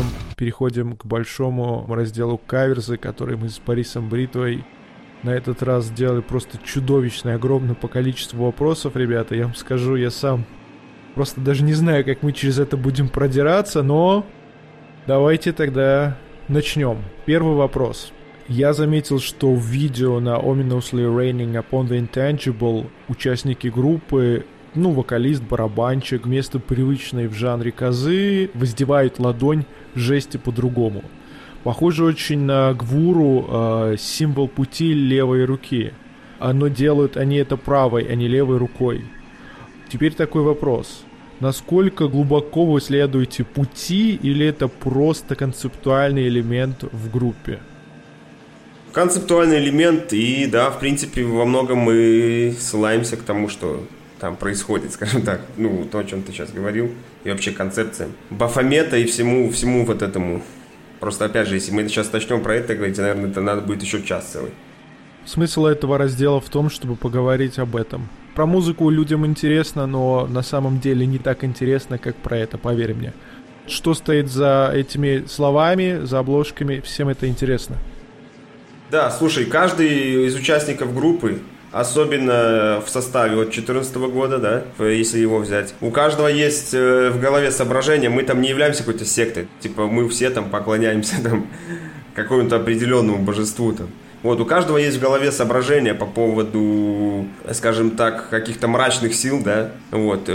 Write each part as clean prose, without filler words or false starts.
временем переходим к большому разделу каверзы, который мы с Борисом Бритвой на этот раз сделали просто чудовищное, огромное по количеству вопросов, ребята. Я вам скажу, я сам просто даже не знаю, как мы через это будем продираться, но давайте тогда начнем. Первый вопрос. Я заметил, что в видео на Ominously Raining Upon the Intangible участники группы, вокалист, барабанщик, вместо привычной в жанре козы воздевают ладонь в жесте по-другому. Похоже очень на гвуру, символ пути левой руки. Но делают они это правой, а не левой рукой. Теперь такой вопрос. Насколько глубоко вы следуете пути, или это просто концептуальный элемент в группе? Концептуальный элемент, и да, в принципе, во многом мы ссылаемся к тому, что там происходит, скажем так, то, о чем ты сейчас говорил, и вообще концепция Бафомета и всему вот этому. Просто, опять же, если мы сейчас начнем про это говорить, наверное, это надо будет еще час целый. Смысл этого раздела в том, чтобы поговорить об этом. Про музыку людям интересно, но на самом деле не так интересно, как про это, поверь мне. Что стоит за этими словами, за обложками, всем это интересно. Да, слушай, каждый из участников группы, особенно в составе от 2014 года, да, если его взять, у каждого есть в голове соображение, мы там не являемся какой-то сектой, типа мы все там поклоняемся там какому-то определенному божеству там. Вот, у каждого есть в голове соображения по поводу, скажем так, каких-то мрачных сил, да, вот,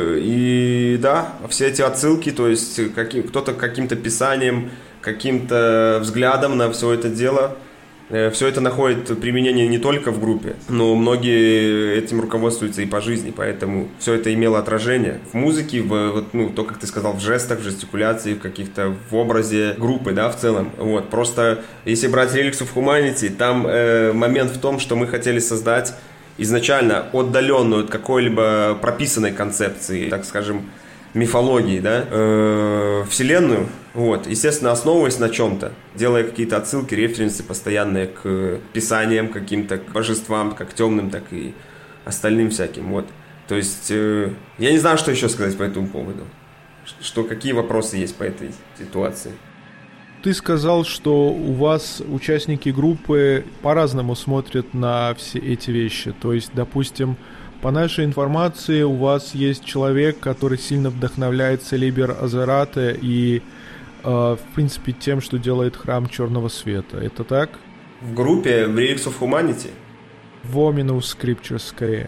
и да, все эти отсылки, то есть кто-то каким-то писанием, каким-то взглядом на все это дело, все это находит применение не только в группе, но многие этим руководствуются и по жизни, поэтому все это имело отражение в музыке, то, как ты сказал, в жестах, в жестикуляции, в образе группы, да, в целом. Вот, просто если брать Relics of Humanity, там момент в том, что мы хотели создать изначально отдаленную от какой-либо прописанной концепции, так скажем, мифологии, да, вселенную, вот, естественно, основываясь на чем-то, делая какие-то отсылки, референсы постоянные к писаниям каким-то, к божествам, как темным, так и остальным всяким, вот. То есть, я не знаю, что еще сказать по этому поводу, какие вопросы есть по этой ситуации. Ты сказал, что у вас участники группы по-разному смотрят на все эти вещи, то есть, допустим, по нашей информации, у вас есть человек, который сильно вдохновляется Либер Азерате и, в принципе, тем, что делает Храм Черного Света. Это так? В группе в Relics of Humanity? В Ominous Scriptures, скорее.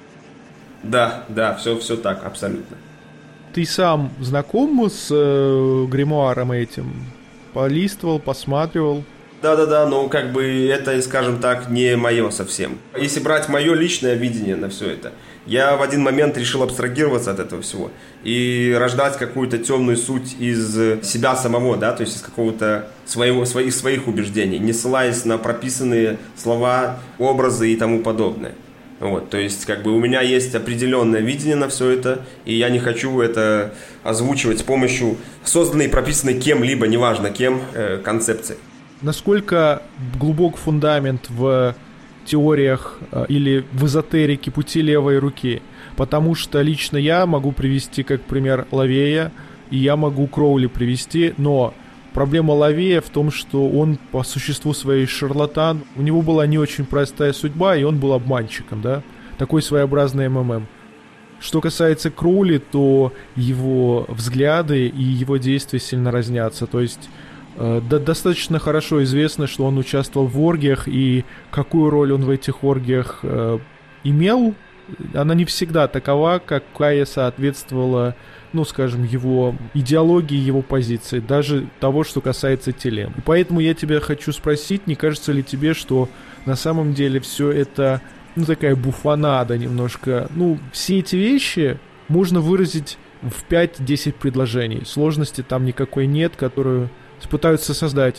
Да, все так, абсолютно. Ты сам знаком с гримуаром этим? Полистывал, посматривал? Да, это, скажем так, не мое совсем. Если брать мое личное видение на все это, я в один момент решил абстрагироваться от этого всего и рождать какую-то темную суть из себя самого, да, то есть из какого-то своих убеждений, не ссылаясь на прописанные слова, образы и тому подобное. Вот, то есть, у меня есть определенное видение на все это, и я не хочу это озвучивать с помощью созданной и прописанной кем-либо, неважно кем, концепции. Насколько глубок фундамент в теориях или в эзотерике пути левой руки? Потому что лично я могу привести как пример Лавея, и я могу Кроули привести, но проблема Лавея в том, что он по существу своей шарлатан, у него была не очень простая судьба, и он был обманщиком, да? Такой своеобразный МММ. Что касается Кроули, то его взгляды и его действия сильно разнятся, то есть достаточно хорошо известно, что он участвовал в оргиях, и какую роль он в этих оргиях имел, она не всегда такова, какая соответствовала, его идеологии, его позиции, даже того, что касается телем. И поэтому я тебя хочу спросить, не кажется ли тебе, что на самом деле все это, такая буфонада немножко, все эти вещи можно выразить в 5-10 предложений. Сложности там никакой нет, которую пытаются создать.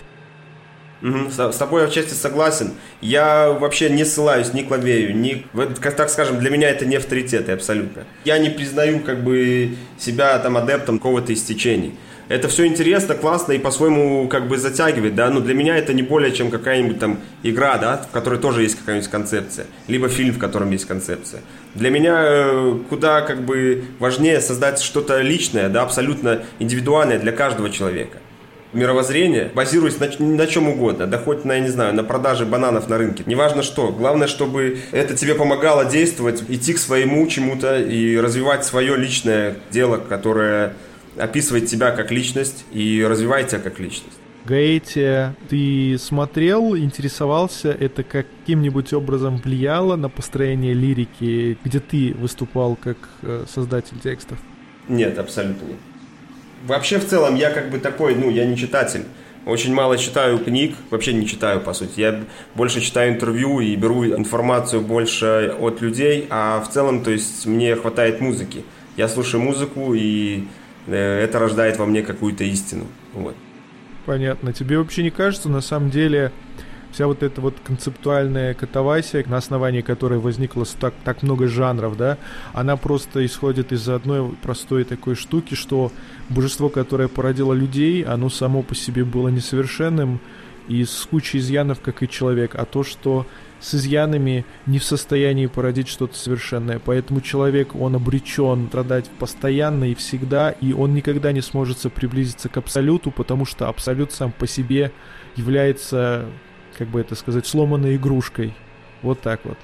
С тобой я в части согласен. Я вообще не ссылаюсь ни к Лавею, так скажем, для меня это не авторитеты абсолютно. Я не признаю себя адептом какого-то из течений. Это все интересно, классно и по-своему затягивает, да, но для меня это не более чем какая-нибудь там игра, да, в которой тоже есть какая-нибудь концепция, либо фильм, в котором есть концепция. Для меня куда важнее создать что-то личное, да, абсолютно индивидуальное для каждого человека. мировоззрение, базируясь на чем угодно, да хоть на, я не знаю, на продаже бананов на рынке. Неважно что. Главное, чтобы это тебе помогало действовать, идти к своему чему-то и развивать свое личное дело, которое описывает тебя как личность и развивает тебя как личность. Гаэтия, ты смотрел, интересовался, это каким-нибудь образом влияло на построение лирики, где ты выступал как создатель текстов? Нет, абсолютно нет. Вообще, в целом, я как бы такой, я не читатель. Очень мало читаю книг, вообще не читаю, по сути. Я больше читаю интервью и беру информацию больше от людей, а в целом, то есть, мне хватает музыки. Я слушаю музыку, и это рождает во мне какую-то истину. Вот. Понятно. Тебе вообще не кажется, на самом деле, вся вот эта вот концептуальная катавасия, на основании которой возникло так много жанров, да, она просто исходит из одной простой такой штуки, что божество, которое породило людей, оно само по себе было несовершенным и с кучей изъянов, как и человек, а то, что с изъянами не в состоянии породить что-то совершенное. Поэтому человек, он обречен страдать постоянно и всегда, и он никогда не сможет приблизиться к абсолюту, потому что абсолют сам по себе является, как бы это сказать, сломанной игрушкой. Вот так вот.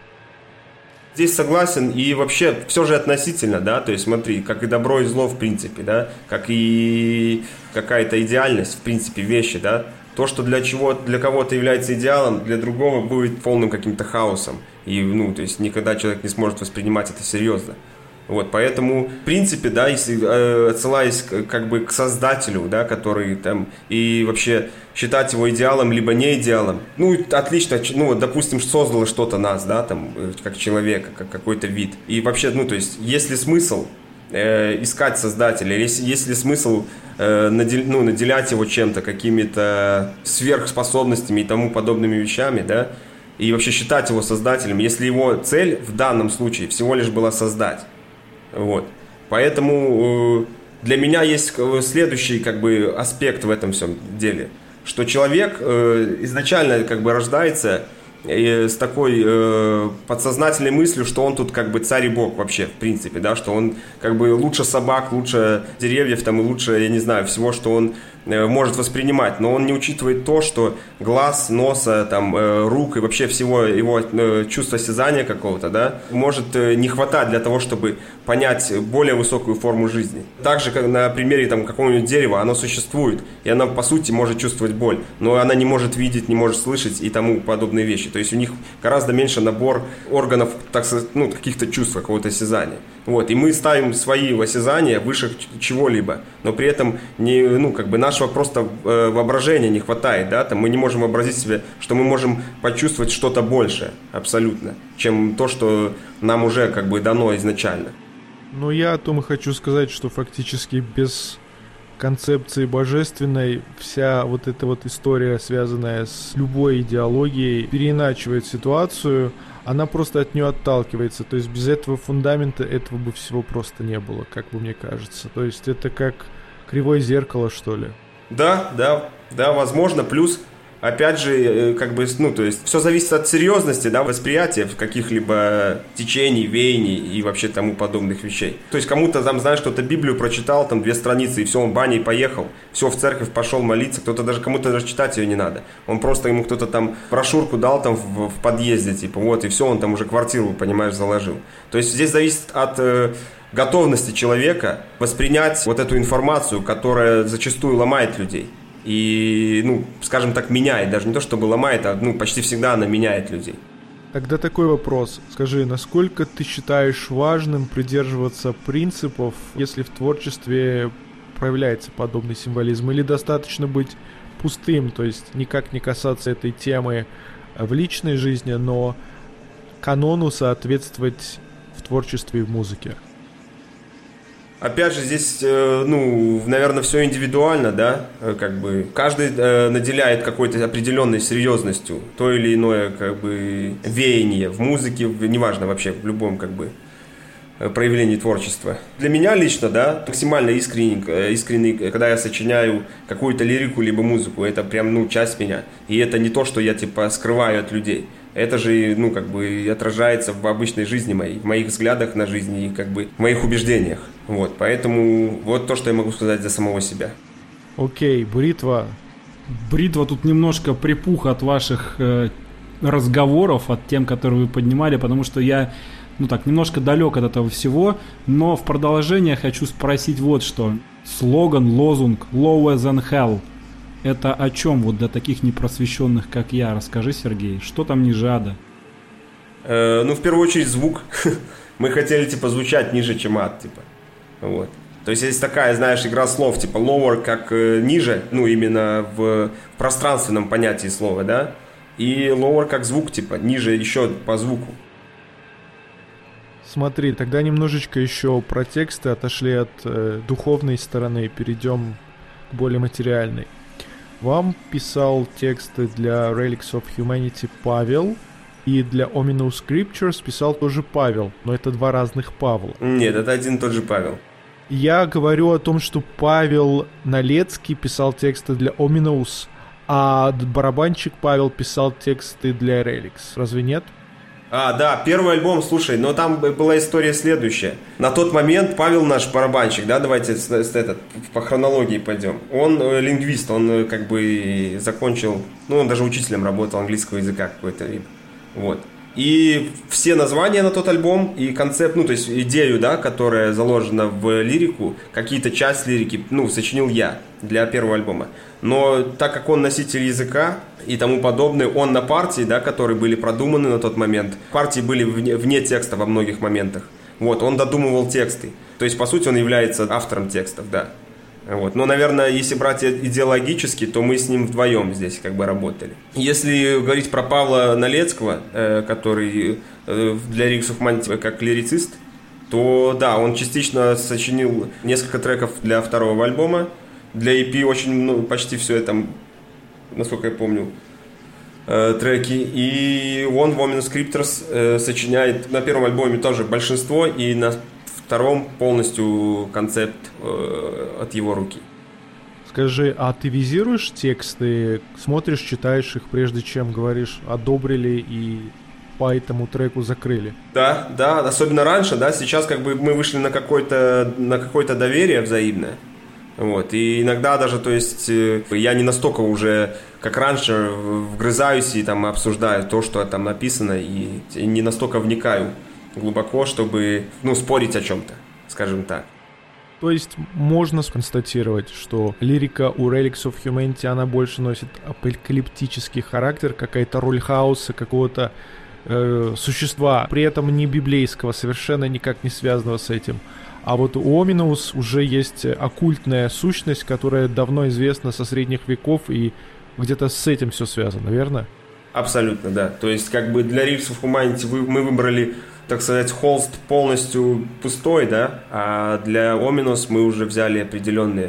Здесь согласен, и вообще все же относительно, да, то есть смотри, как и добро и зло в принципе, да, как и какая-то идеальность в принципе вещи, да. То, что для кого-то является идеалом, для другого будет полным каким-то хаосом. И, то есть никогда человек не сможет воспринимать это серьезно. Вот, поэтому, в принципе, да, если отсылаясь как бы к создателю, да, который там, и вообще считать его идеалом, либо не идеалом, отлично, допустим, создало что-то нас, да, там, как человека, как какой-то вид. И вообще, то есть, есть ли смысл искать создателя, есть ли смысл наделять его чем-то, какими-то сверхспособностями и тому подобными вещами, да, и вообще считать его создателем, если его цель в данном случае всего лишь была создать. Вот. Поэтому для меня есть следующий как бы аспект в этом всем деле, что человек изначально как бы рождается с такой подсознательной мыслью, что он тут как бы царь и бог вообще, в принципе, да, что он как бы лучше собак, лучше деревьев там и лучше, я не знаю, всего, что он может воспринимать, но он не учитывает то, что глаз, носа, там, рук и вообще всего его чувства осязания какого-то, да, может не хватать для того, чтобы понять более высокую форму жизни. Так же, как на примере там какого-нибудь дерева, оно существует, и оно, по сути, может чувствовать боль, но она не может видеть, не может слышать и тому подобные вещи. То есть у них гораздо меньше набор органов, так сказать, каких-то чувств, какого-то осязания. Вот, и мы ставим свои осязания выше чего-либо, но при этом нашего просто воображения не хватает, да, там мы не можем вообразить себе, что мы можем почувствовать что-то большее, абсолютно, чем то, что нам уже как бы дано изначально. Я о том и хочу сказать, что фактически без концепции божественной вся вот эта вот история, связанная с любой идеологией, переиначивает ситуацию. Она просто от нее отталкивается. То есть без этого фундамента этого бы всего просто не было, как бы мне кажется. То есть это как кривое зеркало, что ли. Да, возможно. Плюс, опять же, как бы, то есть все зависит от серьезности, да, восприятия каких-либо течений, веяний и вообще тому подобных вещей. То есть кому-то там, знаешь, кто-то Библию прочитал, там 2 страницы, и все, он баней поехал, все, в церковь пошел молиться, кому-то даже читать ее не надо. Он просто, ему кто-то там брошюрку дал там в подъезде, типа, вот, и все, он там уже квартиру, понимаешь, заложил. То есть здесь зависит от готовности человека воспринять вот эту информацию, которая зачастую ломает людей. И, скажем так, меняет. Даже не то, чтобы ломает, а почти всегда она меняет людей. Тогда такой вопрос. Скажи, насколько ты считаешь важным придерживаться принципов, если в творчестве проявляется подобный символизм? Или достаточно быть пустым, то есть никак не касаться этой темы в личной жизни, но канону соответствовать в творчестве и в музыке? Опять же, здесь, наверное, все индивидуально, да, как бы каждый наделяет какой-то определенной серьезностью то или иное, как бы, веяние в музыке, неважно вообще, в любом, как бы, проявлении творчества. Для меня лично, да, максимально искренний, когда я сочиняю какую-то лирику либо музыку, это прям, часть меня, и это не то, что я, типа, скрываю от людей. Это же, как бы отражается в обычной жизни моей, в моих взглядах на жизнь и, как бы, в моих убеждениях. Вот, поэтому вот то, что я могу сказать за самого себя. Окей, бритва. Бритва тут немножко припух от ваших разговоров, от тем, которые вы поднимали, потому что я, немножко далек от этого всего, но в продолжение хочу спросить вот что. Слоган, лозунг «Lower than hell» — это о чем вот для таких непросвещенных, как я? Расскажи, Сергей, что там ниже ада? В первую очередь звук. Мы хотели, звучать ниже, чем ад, Вот. То есть есть такая, знаешь, игра слов, lower как ниже, именно в пространственном понятии слова, да? И lower как звук, ниже еще по звуку. Смотри, тогда немножечко еще про тексты, отошли от духовной стороны, перейдем к более материальной. Вам писал тексты для Relics of Humanity Павел, и для Ominous Scriptures писал тоже Павел, но это два разных Павла. Нет, это один и тот же Павел. Я говорю о том, что Павел Налецкий писал тексты для Ominous, а барабанщик Павел писал тексты для Relics. Разве нет? Да, первый альбом, слушай, но там была история следующая. На тот момент Павел наш барабанщик, да, давайте по хронологии пойдем. Он лингвист, он закончил, он даже учителем работал английского языка какое-то время. Вот. И все названия на тот альбом и концепт, то есть идею, да, которая заложена в лирику, какие-то часть лирики, сочинил я для первого альбома. Но так как он носитель языка и тому подобное, он на партии, да, которые были продуманы на тот момент, партии были вне текста во многих моментах. Вот, он додумывал тексты. То есть, по сути, он является автором текстов, да. Вот. Но, наверное, если брать идеологически, то мы с ним вдвоем здесь работали. Если говорить про Павла Налецкого, который для Relics of Humanity как лирицист, то да, он частично сочинил несколько треков для второго альбома. Для EP очень, почти все это, насколько я помню, треки. И он в Ominous Scriptures сочиняет на первом альбоме тоже большинство, и на втором полностью концепт от его руки. Скажи, а ты визируешь тексты, смотришь, читаешь их, прежде чем говоришь, одобрили и по этому треку закрыли? Да, особенно раньше, да, сейчас мы вышли на какое-то доверие взаимное. Вот, и иногда даже, то есть, я не настолько уже, как раньше, вгрызаюсь и обсуждаю то, что там написано, и не настолько вникаю глубоко, чтобы, спорить о чем-то, скажем так. То есть можно констатировать, что лирика у Relics of Humanity, она больше носит апокалиптический характер, какая-то роль хаоса, какого-то существа, при этом не библейского, совершенно никак не связанного с этим. А вот у Ominous уже есть оккультная сущность, которая давно известна со средних веков, и где-то с этим все связано, верно? Абсолютно, да. То есть для Relics of Humanity мы выбрали, так сказать, холст полностью пустой, да, а для Ominous мы уже взяли определенные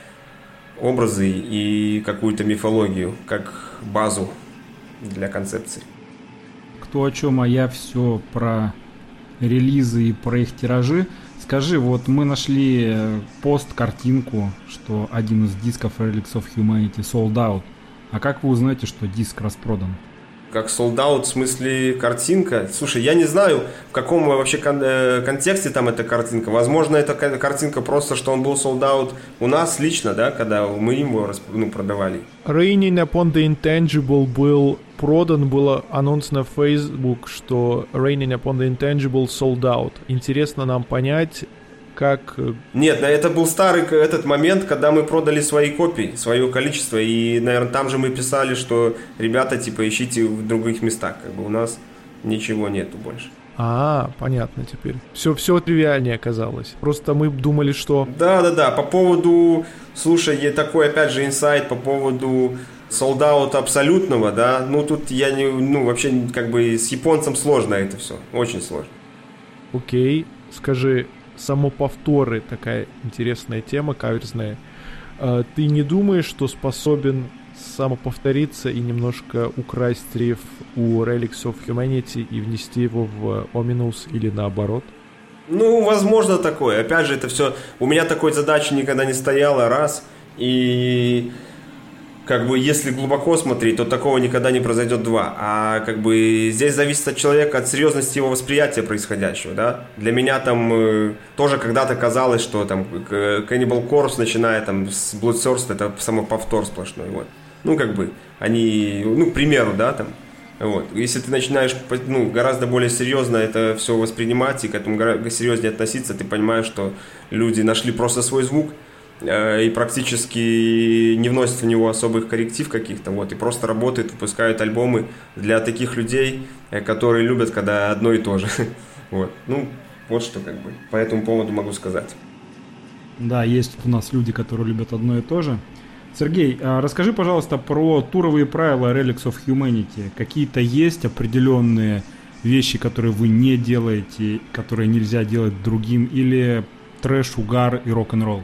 образы и какую-то мифологию как базу для концепции. Кто о чем, а я все про релизы и про их тиражи. Скажи, вот мы нашли пост-картинку, что один из дисков Relics of Humanity sold out. А как вы узнаете, что диск распродан? Как sold out, в смысле картинка? Слушай, я не знаю, в каком вообще контексте там эта картинка. Возможно, эта картинка просто, что он был sold out у нас лично, да, когда мы его продавали. Raining Upon the Intangible был продан, был анонс на Facebook, что Raining Upon the Intangible sold out. Интересно нам понять, как... Нет, это был старый этот момент, когда мы продали свои копии, свое количество, и, наверное, там же мы писали, что ребята, ищите в других местах, у нас ничего нету больше. Понятно теперь. Все тривиальнее оказалось. Просто мы думали, что... Да, по поводу... Слушай, такой, опять же, инсайт по поводу солдаута абсолютного, да, тут я не... вообще, с японцем сложно это все, очень сложно. Окей, скажи... Самоповторы, такая интересная тема, каверзная. Ты не думаешь, что способен самоповториться и немножко украсть риф у Relics of Humanity и внести его в Ominous или наоборот? Возможно такое. Опять же, это все... У меня такой задачи никогда не стояло, раз. И как бы, если глубоко смотреть, то такого никогда не произойдет два. А как бы здесь зависит от человека, от серьезности его восприятия происходящего, да. Для меня там тоже когда-то казалось, что там Cannibal Corpse, начиная там с Bloodthirst, это самоповтор сплошной, вот. Ну, как бы, они, ну, к примеру, да, там. Вот. Если ты начинаешь, ну, гораздо более серьезно это все воспринимать и к этому гораздо серьезнее относиться, ты понимаешь, что люди нашли просто свой звук и практически не вносят в него особых корректив каких-то, вот, и просто работают, выпускают альбомы для таких людей, которые любят, когда одно и то же. Вот. Ну, вот что как бы по этому поводу могу сказать. Да, есть у нас люди, которые любят одно и то же. Сергей, расскажи, пожалуйста, про туровые правила Relics of Humanity. Какие-то есть определенные вещи, которые вы не делаете, которые нельзя делать другим, или трэш, угар и рок-н-ролл?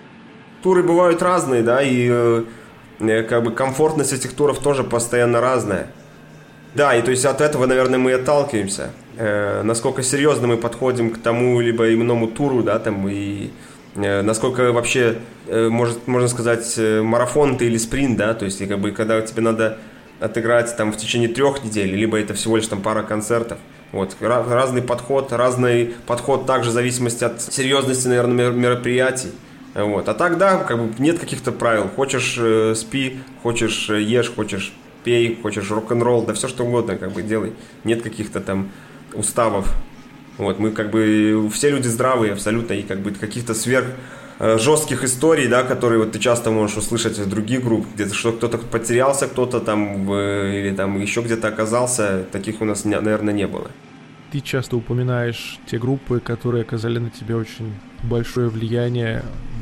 Туры бывают разные, да, и как бы комфортность этих туров тоже постоянно разная. Да, и то есть от этого, наверное, мы и отталкиваемся. Насколько серьезно мы подходим к тому либо иному туру, да, там, и насколько вообще, можно сказать, марафон ты или спринт, да, то есть как бы когда тебе надо отыграть там в течение 3 недель, либо это всего лишь там пара концертов. Вот, разный подход также в зависимости от серьезности, наверное, мероприятий. Вот. А так, да, как бы нет каких-то правил. Хочешь спи, хочешь ешь, хочешь пей, хочешь рок-н-ролл, да все что угодно как бы делай. Нет каких-то там уставов. Вот, мы как бы все люди здравые абсолютно, и как бы каких-то сверх жестких историй, да, которые вот ты часто можешь услышать из других групп, где-то что кто-то потерялся, кто-то там или там еще где-то оказался, таких у нас, наверное, не было. Ты часто упоминаешь те группы, которые оказали на тебя очень большое влияние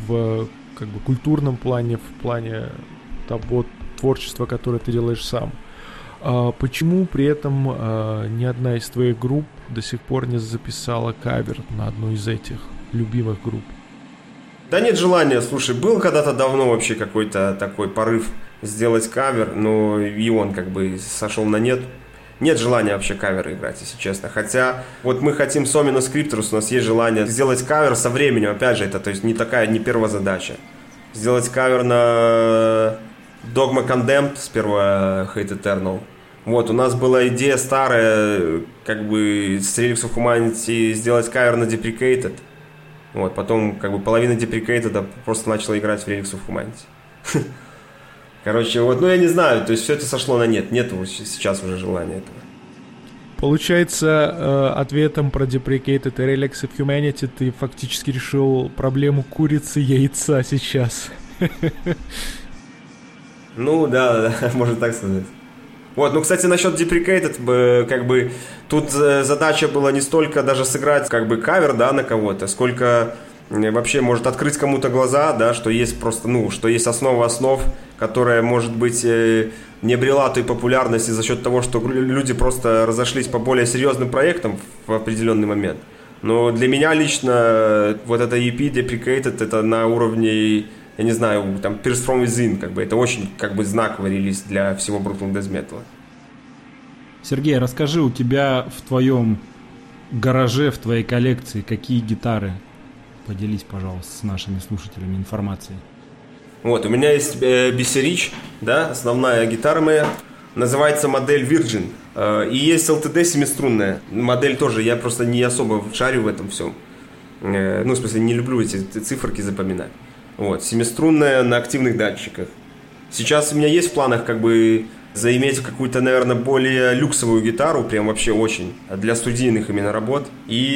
в как бы культурном плане, в плане того творчества, которое ты делаешь сам. Почему при этом ни одна из твоих групп до сих пор не записала кавер на одну из этих любимых групп? Да нет желания, слушай, был когда-то давно вообще какой-то такой порыв сделать кавер, но и он как бы сошел на нет. Нет желания вообще каверы играть, если честно. Хотя вот мы хотим с Ominous Scriptures, у нас есть желание сделать кавер со временем, опять же, это то есть не первая задача. Сделать кавер на Dogma Condemned, сперва Hate Eternal. Вот, у нас была идея старая, как бы с Relics of Humanity сделать кавер на Deprecated. Вот, потом как бы половина Deprecated просто начала играть в Relics of Humanity. Короче, вот, ну я не знаю, то есть все это сошло на нет. Нет сейчас уже желания этого. Получается, ответом про Deprecated и Relics of Humanity ты фактически решил проблему курицы и яйца сейчас. Ну да, можно так сказать. Вот, ну, кстати, насчет Deprecated, как бы, тут задача была не столько даже сыграть, как бы, кавер, да, на кого-то, сколько вообще может открыть кому-то глаза, да, что есть просто, ну, что есть основа основ, которая, может быть, не обрела той популярности за счет того, что люди просто разошлись по более серьезным проектам в определенный момент. Но для меня лично вот эта EP Deprecated, это на уровне, я не знаю, там, Pierce From Within, как бы, это очень, как бы, знаковый релиз для всего Brooklyn Death Metal. Сергей, расскажи, у тебя в твоем гараже, в твоей коллекции какие гитары? Поделись, пожалуйста, с нашими слушателями информацией. Вот, у меня есть BC Rich, да, основная гитара моя, называется модель Virgin, и есть LTD 7-струнная, модель тоже, я просто не особо шарю в этом всем, ну, в смысле, не люблю эти циферки запоминать. Вот, 7-струнная на активных датчиках. Сейчас у меня есть в планах как бы заиметь какую-то, наверное, более люксовую гитару, прям вообще очень, для студийных именно работ.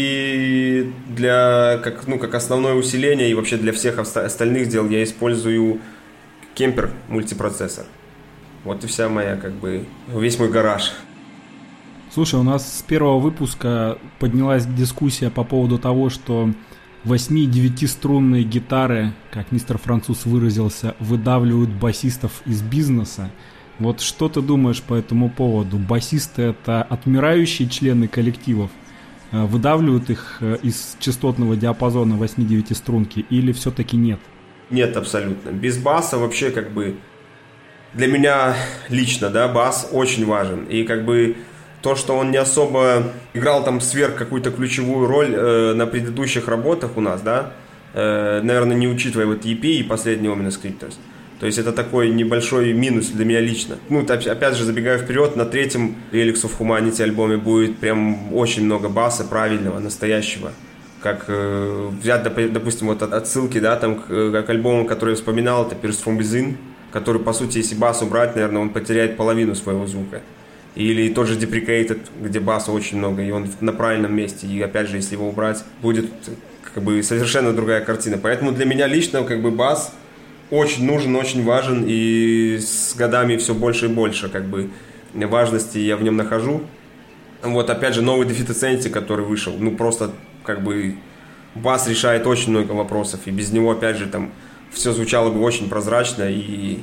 И для, как основное усиление и вообще для всех остальных дел я использую Kemper мультипроцессор. Вот и вся моя, как бы, весь мой гараж. Слушай, у нас с первого выпуска поднялась дискуссия по поводу того, что 8-9-струнные гитары, как мистер Француз выразился, выдавливают басистов из бизнеса. Вот что ты думаешь по этому поводу? Басисты — это отмирающие члены коллективов? Выдавливают их из частотного диапазона 8-9 струнки или все-таки нет? Нет, абсолютно. Без баса вообще как бы для меня лично, да, бас очень важен. И как бы то, что он не особо играл там сверх какую-то ключевую роль на предыдущих работах у нас, да, наверное, не учитывая вот EP и последний Ominous Scriptures. То есть это такой небольшой минус для меня лично. Ну, опять же, забегая вперед, на третьем Relics of Humanity альбоме будет прям очень много баса правильного, настоящего. Как взять, допустим, вот отсылки, да, там, к альбому, который я вспоминал, это Pierce from Within, который, по сути, если бас убрать, наверное, он потеряет половину своего звука. Или тот же Deprecated, где баса очень много, и он на правильном месте. И опять же, если его убрать, будет как бы совершенно другая картина. Поэтому для меня лично как бы бас очень нужен, очень важен, и с годами все больше и больше как бы важности я в нем нахожу. Вот опять же новый Deficiency, который вышел, ну просто как бы бас решает очень много вопросов, и без него опять же там все звучало бы очень прозрачно и,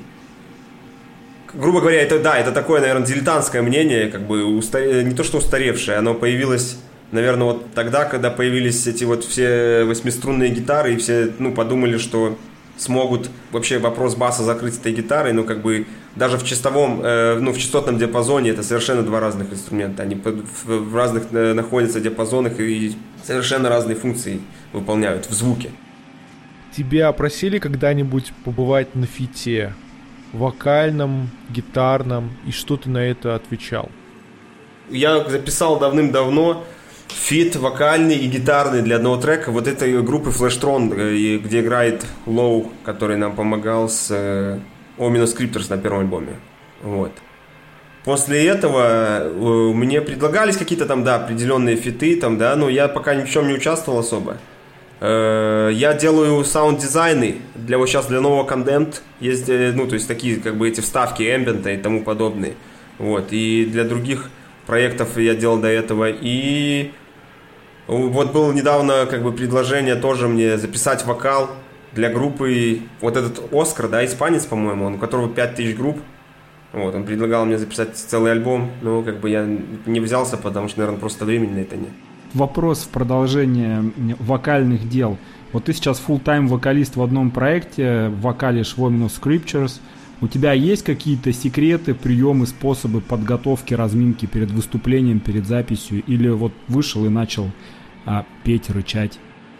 грубо говоря, это такое, наверное, дилетантское мнение, как бы не то что устаревшее, оно появилось, наверное, вот тогда, когда появились эти вот все восьмиструнные гитары, и все, ну, подумали, что смогут вообще вопрос баса закрыть этой гитарой, но как бы даже в чистовом, в частотном диапазоне это совершенно два разных инструмента. Они в разных находятся диапазонах и совершенно разные функции выполняют в звуке. Тебя просили когда-нибудь побывать на фите? Вокальном, гитарном, и что ты на это отвечал? Я записал давным-давно фит вокальный и гитарный для одного трека вот этой группы Flashtron, где играет Low, который нам помогал с Ominous Scriptures на первом альбоме. Вот. После этого мне предлагались какие-то там, да, определенные фиты, там, да, но я пока ни в чем не участвовал особо. Я делаю саунд-дизайны для вот сейчас для нового контента. Есть, ну, то есть такие как бы эти вставки эмбиента и тому подобные. Вот. И для других проектов я делал до этого. И вот было недавно как бы предложение тоже мне записать вокал для группы. Вот этот Оскар, да, испанец, по-моему, у которого 5000 групп. Вот, он предлагал мне записать целый альбом, но как бы я не взялся, потому что, наверное, просто времени на это нет. Вопрос в продолжение вокальных дел. Вот ты сейчас full-time вокалист в одном проекте, вокалишь в Ominous Scriptures. У тебя есть какие-то секреты, приемы, способы подготовки, разминки перед выступлением, перед записью? Или вот вышел и начал петь, рычать?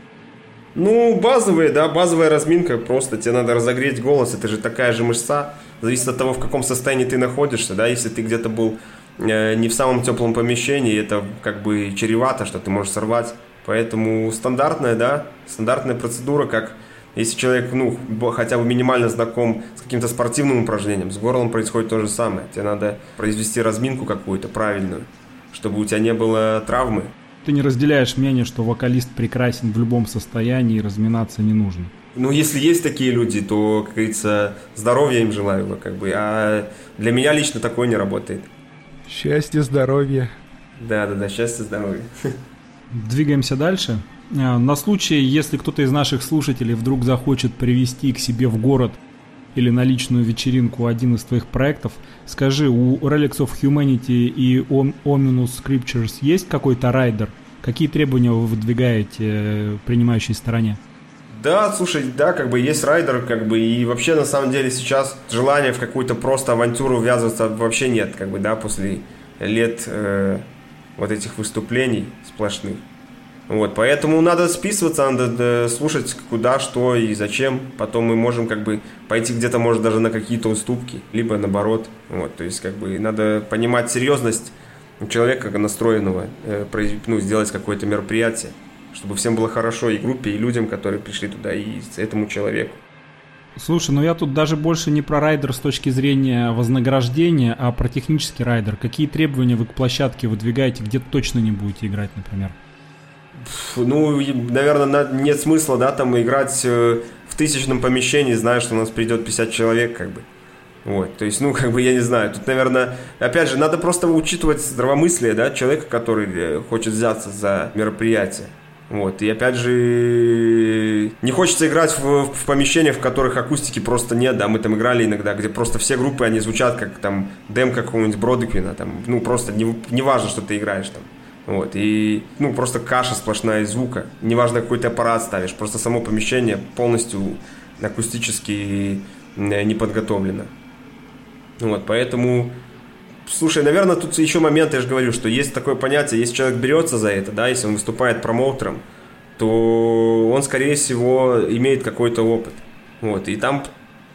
Ну, базовая разминка. Просто тебе надо разогреть голос. Это же такая же мышца. Зависит от того, в каком состоянии ты находишься. Да? Если ты где-то был не в самом теплом помещении, это как бы чревато, что ты можешь сорвать. Поэтому стандартная процедура, как если человек, ну, хотя бы минимально знаком с каким-то спортивным упражнением, с горлом происходит то же самое. Тебе надо произвести разминку какую-то правильную, чтобы у тебя не было травмы. Ты не разделяешь мнение, что вокалист прекрасен в любом состоянии и разминаться не нужно? Ну, если есть такие люди, то, как говорится, здоровья им желаю, как бы. А для меня лично такое не работает. Счастья, здоровья. Да, счастья, здоровья. Двигаемся дальше. На случай, если кто-то из наших слушателей вдруг захочет привезти к себе в город или на личную вечеринку один из твоих проектов, скажи, у Relics of Humanity и Ominous Scriptures есть какой-то райдер? Какие требования вы выдвигаете принимающей стороне? Да, слушай, да, как бы есть райдер, как бы, и вообще, на самом деле, сейчас желания в какую-то просто авантюру ввязываться вообще нет, как бы, да, после лет вот этих выступлений сплошных. Вот, поэтому надо списываться, надо слушать, куда, что и зачем. Потом мы можем, как бы, пойти где-то, может, даже на какие-то уступки, либо наоборот. Вот, то есть, как бы, надо понимать серьезность человека, как настроенного, сделать какое-то мероприятие, чтобы всем было хорошо, и группе, и людям, которые пришли туда, и этому человеку. Слушай, ну я тут даже больше не про райдер с точки зрения вознаграждения, а про технический райдер. Какие требования вы к площадке выдвигаете, где точно не будете играть, например? Ну, наверное, нет смысла, да, там играть в 1000-м помещении, зная, что у нас придет 50 человек, как бы. Вот, то есть, ну, как бы, я не знаю, тут, наверное, опять же, надо просто учитывать здравомыслие, да, человека, который хочет взяться за мероприятие. Вот, и опять же, не хочется играть в помещениях, в которых акустики просто нет, да, мы там играли иногда, где просто все группы, они звучат как там демка какого-нибудь Бродеквина, там, ну, просто не важно, что ты играешь там. Вот, и, ну, просто каша сплошная из звука. Неважно, какой ты аппарат ставишь, просто само помещение полностью акустически не подготовлено. Вот, поэтому, слушай, наверное, тут еще момент, я же говорю, что есть такое понятие, если человек берется за это, да, если он выступает промоутером, то он, скорее всего, имеет какой-то опыт. Вот, и там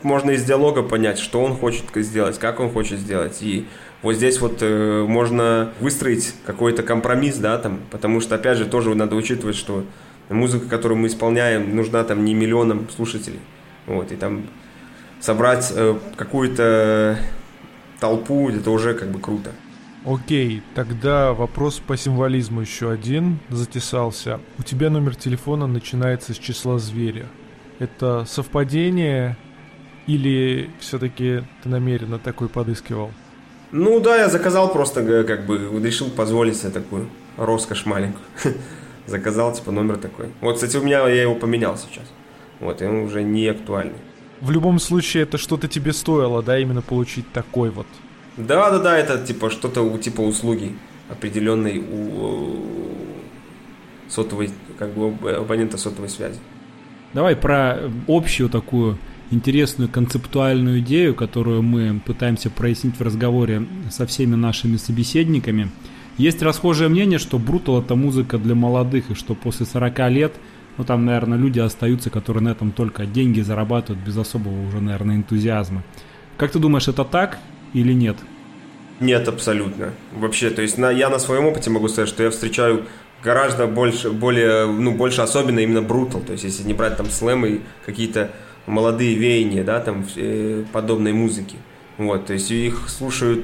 можно из диалога понять, что он хочет сделать, как он хочет сделать. И вот здесь вот можно выстроить какой-то компромисс, да, там, потому что, опять же, тоже надо учитывать, что музыка, которую мы исполняем, нужна там не миллионам слушателей. Вот, и там собрать какую-то толпу, это уже как бы круто. Окей, тогда вопрос по символизму еще один затесался. У тебя номер телефона начинается с числа зверя. Это совпадение или все-таки ты намеренно такой подыскивал? Ну да, я заказал просто, как бы, решил позволить себе такую роскошь маленькую. Заказал, типа, номер такой. Вот, кстати, у меня я его поменял сейчас. Вот, и он уже не актуальный. В любом случае, это что-то тебе стоило, да, именно получить такой вот? Да, это типа что-то типа услуги определенной у сотовой, как бы абонента сотовой связи. Давай про общую такую интересную концептуальную идею, которую мы пытаемся прояснить в разговоре со всеми нашими собеседниками. Есть расхожее мнение, что Brutal — это музыка для молодых, и что после 40 лет, ну там, наверное, люди остаются, которые на этом только деньги зарабатывают без особого уже, наверное, энтузиазма. Как ты думаешь, это так или нет? Нет, абсолютно. Вообще, то есть я на своем опыте могу сказать, что я встречаю гораздо больше особенно именно Brutal. То есть если не брать там слэм и какие-то молодые веяния, да, там подобной музыки. Вот, то есть их слушают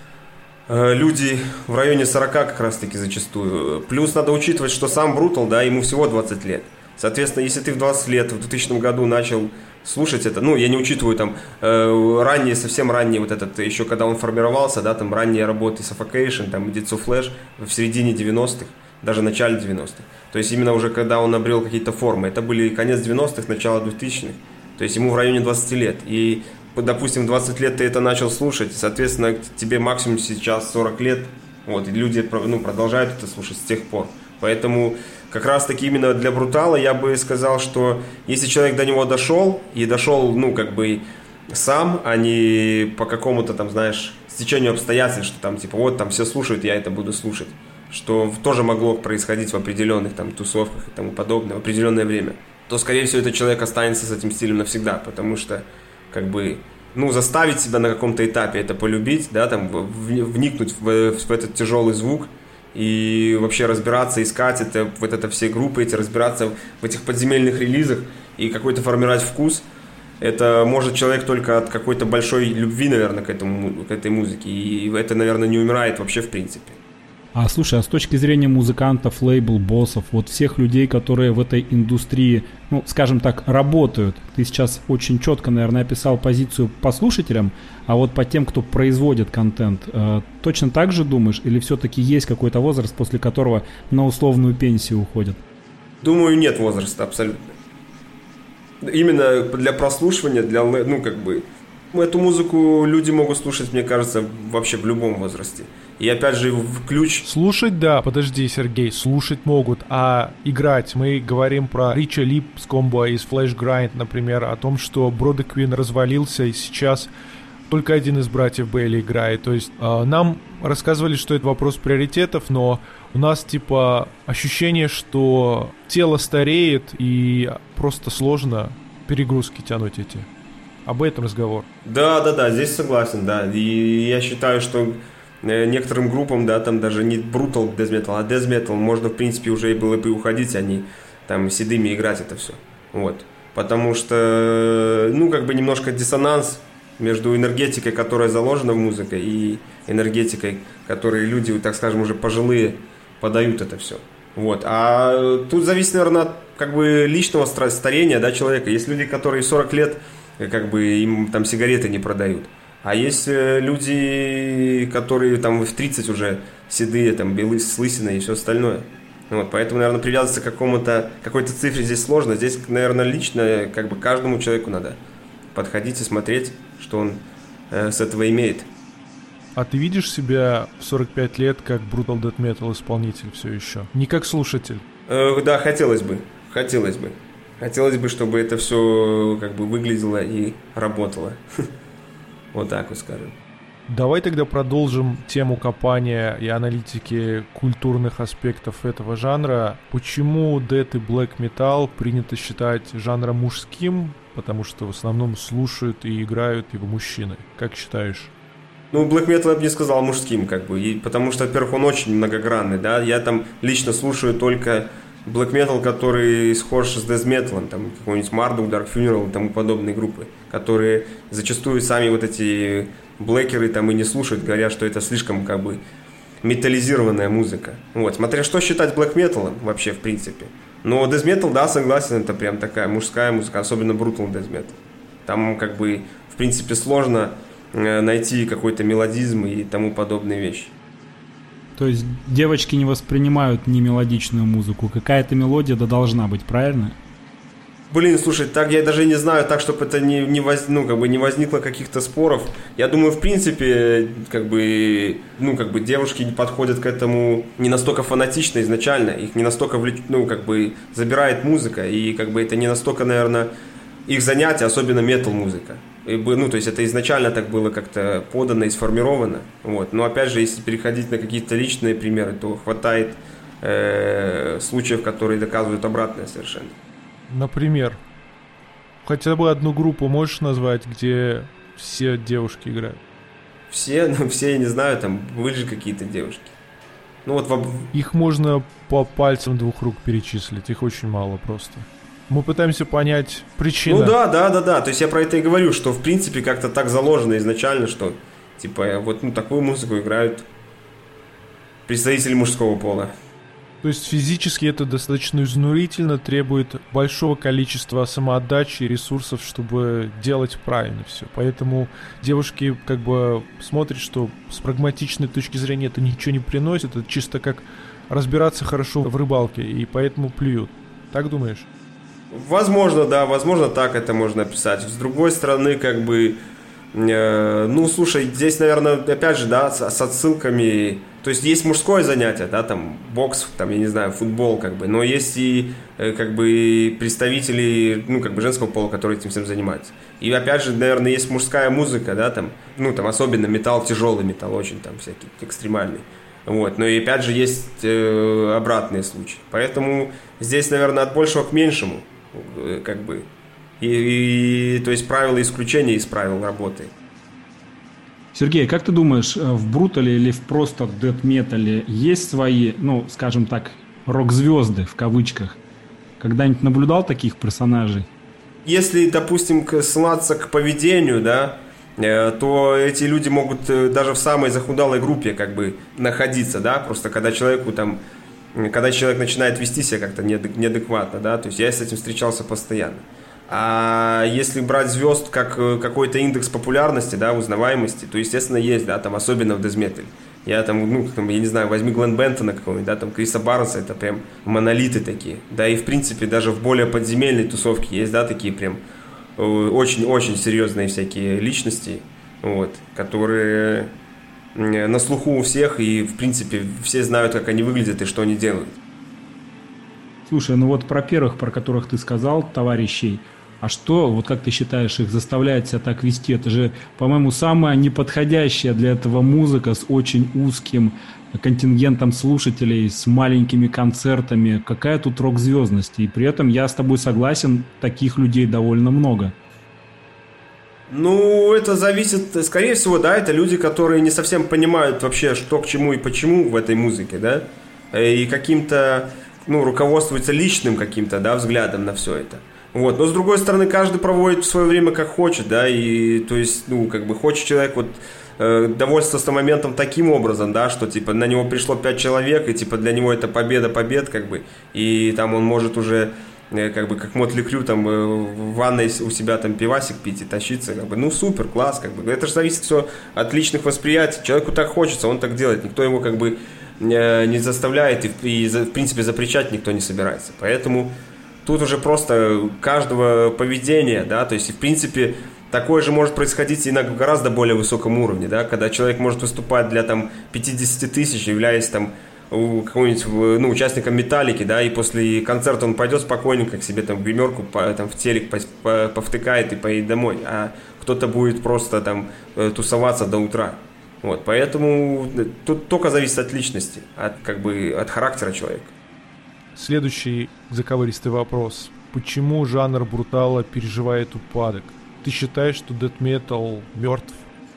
люди в районе 40 как раз-таки зачастую. Плюс надо учитывать, что сам Brutal, да, ему всего 20 лет. Соответственно, если ты в 20 лет, в 2000 году начал слушать это, ну, я не учитываю там ранние, совсем ранние, вот этот, еще когда он формировался, да, там ранние работы Suffocation, там Dead So Flash в середине 90-х, даже в начале 90-х. То есть именно уже когда он обрел какие-то формы. Это были конец 90-х, начало 2000-х. То есть ему в районе 20 лет. И, допустим, 20 лет ты это начал слушать, соответственно, тебе максимум сейчас 40 лет. Вот, и люди продолжают это слушать с тех пор. Поэтому как раз-таки именно для Брутала я бы сказал, что если человек до него дошел, и дошел, ну, как бы сам, а не по какому-то там, знаешь, стечению обстоятельств, что там, типа, вот там все слушают, я это буду слушать, что тоже могло происходить в определенных там тусовках и тому подобное в определенное время, то, скорее всего, этот человек останется с этим стилем навсегда, потому что, как бы, ну, заставить себя на каком-то этапе это полюбить, да, там, вникнуть в этот тяжелый звук и вообще разбираться, искать это, вот это все группы эти, разбираться в этих подземельных релизах и какой-то формировать вкус, это может человек только от какой-то большой любви, наверное, к этой музыке, и это, наверное, не умирает вообще в принципе. А слушай, а с точки зрения музыкантов, лейбл, боссов, вот всех людей, которые в этой индустрии, ну, скажем так, работают, ты сейчас очень четко, наверное, описал позицию по слушателям, а вот по тем, кто производит контент, точно так же думаешь, или все-таки есть какой-то возраст, после которого на условную пенсию уходят? Думаю, нет возраста абсолютно. Именно для прослушивания, для, ну, как бы, эту музыку люди могут слушать, мне кажется, вообще в любом возрасте. И опять же, в ключ... Слушать, да, подожди, Сергей, слушать могут, а играть, мы говорим про Рича Липскомба из Flash Grind, например, о том, что Бродвей Квин развалился, и сейчас только один из братьев Бейли играет. То есть нам рассказывали, что это вопрос приоритетов, но у нас типа ощущение, что тело стареет, и просто сложно перегрузки тянуть эти. Об этом разговор. Да, здесь согласен, да. И я считаю, что некоторым группам, да, там даже не Brutal Death Metal, а Death Metal можно, в принципе, уже было бы уходить, а не там седыми играть это все. Вот. Потому что, ну, как бы немножко диссонанс между энергетикой, которая заложена в музыке, и энергетикой, которой люди, так скажем, уже пожилые подают это все. Вот. А тут зависит, наверное, от как бы личного старения, да, человека. Есть люди, которые 40 лет, как бы им там сигареты не продают. А есть люди, которые там в 30 уже седые, там, белые, с лысиной и все остальное. Вот, поэтому, наверное, привязываться к какой-то цифре здесь сложно. Здесь, наверное, лично как бы каждому человеку надо подходить и смотреть, что он с этого имеет. А ты видишь себя в 45 лет как Brutal Death Metal исполнитель все еще? Не как слушатель? Да, хотелось бы. Хотелось бы, чтобы это все как бы выглядело и работало. Вот так вот скажем. Давай тогда продолжим тему копания и аналитики культурных аспектов этого жанра. Почему дэт и блэк метал принято считать жанром мужским? Потому что в основном слушают и играют его мужчины. Как считаешь? Ну, black metal я бы не сказал мужским, как бы, и потому что, во-первых, он очень многогранный, да, я там лично слушаю только black metal, который схож с death metal, там, какой-нибудь Marduk, Dark Funeral и тому подобные группы, которые зачастую сами вот эти блэкеры там и не слушают, говорят, что это слишком, как бы, металлизированная музыка, вот, смотря что считать black metal вообще, в принципе, но death metal, да, согласен, это прям такая мужская музыка, особенно brutal death metal, там, как бы, в принципе, сложно найти какой-то мелодизм и тому подобные вещи. То есть девочки не воспринимают не мелодичную музыку, какая-то мелодия да должна быть, правильно? Блин, слушай, так я даже не знаю, так, чтобы это не возникло каких-то споров. Я думаю, в принципе, девушки подходят к этому не настолько фанатично изначально, их не настолько забирает музыка, и это не настолько, наверное, их занятие, особенно метал-музыка. То есть это изначально так было как-то подано и сформировано. Вот. Но опять же, если переходить на какие-то личные примеры, то хватает случаев, которые доказывают обратное совершенно. Например, хотя бы одну группу можешь назвать, где все девушки играют? Все я не знаю, там были же какие-то девушки. Их можно по пальцам двух рук перечислить, их очень мало просто. Мы пытаемся понять причину. Ну да. То есть я про это и говорю, что в принципе как-то так заложено изначально, что такую музыку играют представители мужского пола. То есть физически это достаточно изнурительно, требует большого количества самоотдачи и ресурсов, чтобы делать правильно все. Поэтому девушки смотрят, что с прагматичной точки зрения это ничего не приносит, это чисто как разбираться хорошо в рыбалке, и поэтому плюют. Так думаешь? Возможно, да, возможно, так это можно описать. С другой стороны, слушай, здесь, наверное, опять же, да, с отсылками. То есть есть мужское занятие, да, там бокс, там, я не знаю, футбол, но есть и представители, женского пола, которые этим всем занимаются. И опять же, наверное, есть мужская музыка, да, там особенно металл, тяжелый металл, очень там всякий экстремальный. Вот, но и опять же есть обратные случаи. Поэтому здесь, наверное, от большего к меньшему, то есть правило исключения из правил работы. Сергей, как ты думаешь, в брутале или в просто дэт-метале есть свои, скажем так, рок-звезды в кавычках? Когда-нибудь наблюдал таких персонажей? Если, допустим, ссылаться к поведению, да, то эти люди могут даже в самой захудалой группе находиться, да, просто когда человек начинает вести себя как-то неадекватно, да, то есть я с этим встречался постоянно. А если брать звезд как какой-то индекс популярности, да, узнаваемости, то, естественно, есть, да, там, особенно в дэз-метале. Я я не знаю, возьми Глен Бентона какого-нибудь, да, там, Криса Барнса, это прям монолиты такие. Да, и, в принципе, даже в более подземельной тусовке есть, да, такие прям очень-очень серьезные всякие личности, вот, которые на слуху у всех, и, в принципе, все знают, как они выглядят и что они делают. Слушай, про первых, про которых ты сказал, товарищей, а что, как ты считаешь, их заставляет себя так вести? Это же, по-моему, самая неподходящая для этого музыка с очень узким контингентом слушателей, с маленькими концертами. Какая тут рок-звездность? И при этом я с тобой согласен, таких людей довольно много. Это зависит, скорее всего, да, это люди, которые не совсем понимают вообще, что к чему и почему в этой музыке, да, и каким-то, руководствуются личным каким-то, да, взглядом на все это. Вот. Но с другой стороны, каждый проводит свое время как хочет, да, и то есть, хочет человек довольствоваться моментом таким образом, да, что на него пришло 5 человек, и для него это победа побед, и там он может уже как Мотли Крю там в ванной у себя там пивасик пить и тащиться, супер, класс, это же зависит все от личных восприятий. Человеку так хочется, он так делает, никто его не заставляет и в принципе запрещать никто не собирается. Поэтому тут уже просто каждого поведения, да, то есть в принципе такое же может происходить и на гораздо более высоком уровне, да, когда человек может выступать для 50 тысяч, являясь какого-нибудь участником Металлики, да, и после концерта он пойдет спокойненько к себе в гримерку, в телек повтыкает и поедет домой, а кто-то будет просто тусоваться до утра. Вот, поэтому тут только зависит от личности, от характера человека. Следующий заковыристый вопрос. Почему жанр брутала переживает упадок? Ты считаешь, что дэт метал мертв?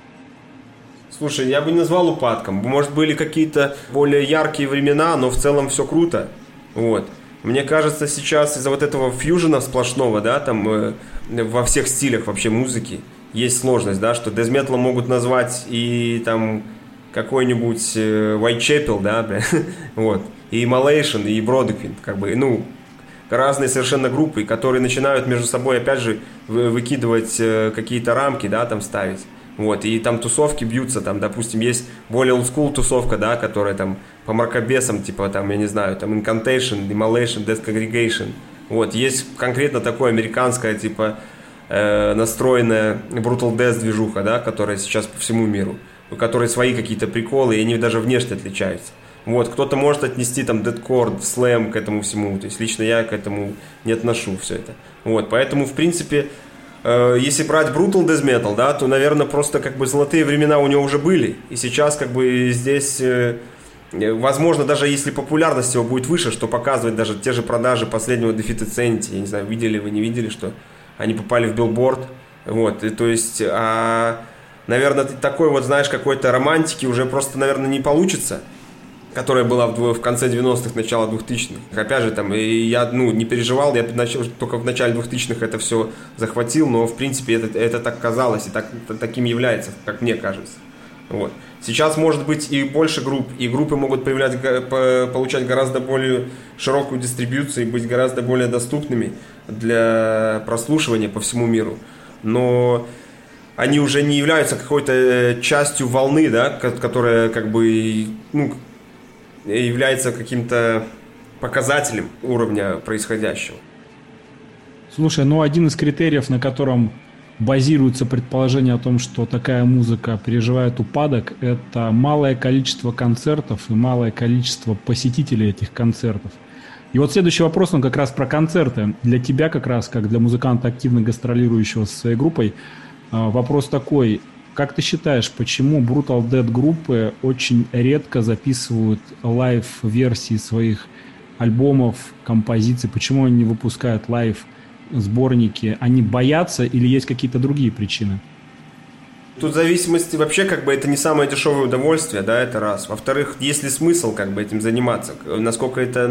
Слушай, я бы не назвал упадком. Может, были какие-то более яркие времена, но в целом все круто. Вот. Мне кажется, сейчас из-за вот этого фьюжена сплошного, да, там во всех стилях вообще музыки есть сложность, да, что дэз-металом могут назвать и там какой-нибудь Whitechapel, да, вот, и Immolation, и Broadway, как бы, ну, разные совершенно группы, которые начинают между собой, опять же, выкидывать какие-то рамки, да, там ставить. Вот, и там тусовки бьются, там, допустим, есть более олдскул тусовка, да, которая там по мракобесам, типа, там, я не знаю, там, Incantation, Immolation, Death Congregation. Вот, есть конкретно такое американское, типа, настроенная Brutal Death движуха, да, которая сейчас по всему миру, у которой свои какие-то приколы, и они даже внешне отличаются. Вот, кто-то может отнести там Deathcore, Slam к этому всему, то есть лично я к этому не отношу все это. Вот, поэтому, в принципе, если брать Brutal Death Metal, да, то, наверное, просто как бы золотые времена у него уже были. И сейчас как бы здесь, возможно, даже если популярность его будет выше, что показывает даже те же продажи последнего Defeat Insanity. Я не знаю, видели вы, не видели, что они попали в Billboard. Вот, и, то есть, наверное, такой вот, знаешь, какой-то романтики уже просто, наверное, не получится, которая была в конце 90-х, начало 2000-х. Опять же, там, и я не переживал, я только в начале 2000-х это все захватил, но, в принципе, это так казалось, и таким является, как мне кажется. Вот. Сейчас может быть и больше групп, и группы могут получать гораздо более широкую дистрибьюцию и быть гораздо более доступными для прослушивания по всему миру. Но они уже не являются какой-то частью волны, да, которая как бы, является каким-то показателем уровня происходящего. Слушай, один из критериев, на котором базируется предположение о том, что такая музыка переживает упадок, это малое количество концертов и малое количество посетителей этих концертов. И вот следующий вопрос, он как раз про концерты. Для тебя как раз, как для музыканта, активно гастролирующего со своей группой, вопрос такой: как ты считаешь, почему Brutal Death группы очень редко записывают лайв-версии своих альбомов, композиций? Почему они не выпускают лайв-сборники? Они боятся или есть какие-то другие причины? Тут в зависимости, вообще, как бы, это не самое дешевое удовольствие, да, это раз. Во-вторых, есть ли смысл, как бы, этим заниматься? Насколько это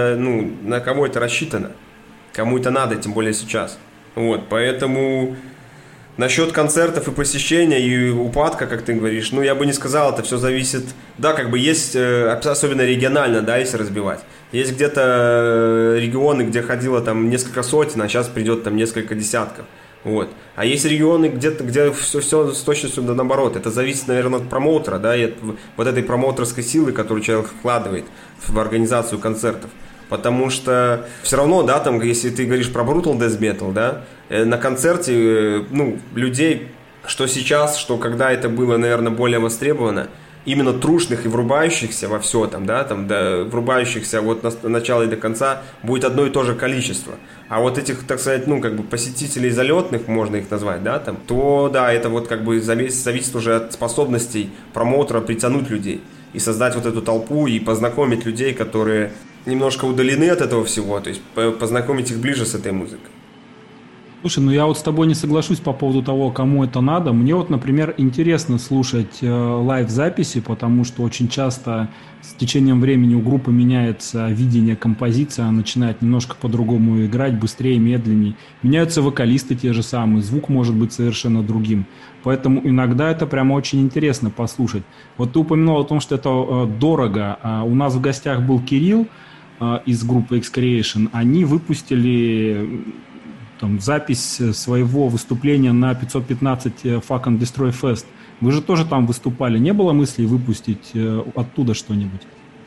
на кого это рассчитано? Кому это надо, тем более сейчас. Вот, поэтому насчет концертов и посещения, и упадка, как ты говоришь, я бы не сказал, это все зависит. Да, как бы есть, особенно регионально, да, если разбивать. Есть где-то регионы, где ходило там несколько сотен, а сейчас придет там несколько десятков. Вот. А есть регионы, где все с точностью наоборот. Это зависит, наверное, от промоутера, да, и от вот этой промоутерской силы, которую человек вкладывает в организацию концертов. Потому что все равно, да, там, если ты говоришь про Brutal Death Metal, да, на концерте, людей, что сейчас, что когда это было, наверное, более востребовано, именно трушных и врубающихся во все там, да, врубающихся от начала и до конца будет одно и то же количество. А вот этих, так сказать, посетителей залетных, можно их назвать, да, там, то, да, это вот как бы зависит уже от способностей промоутера притянуть людей и создать вот эту толпу и познакомить людей, которые немножко удалены от этого всего, то есть познакомить их ближе с этой музыкой. Слушай, я вот с тобой не соглашусь по поводу того, кому это надо. Мне вот, например, интересно слушать лайв-записи, потому что очень часто с течением времени у группы меняется видение композиции, она начинает немножко по-другому играть, быстрее, медленнее. Меняются вокалисты те же самые, звук может быть совершенно другим. Поэтому иногда это прямо очень интересно послушать. Вот ты упомянул о том, что это дорого. У нас в гостях был Кирилл из группы X-Creation. Они выпустили запись своего выступления на 515 Fuck and Destroy Fest. Вы же тоже там выступали. Не было мысли выпустить оттуда что-нибудь?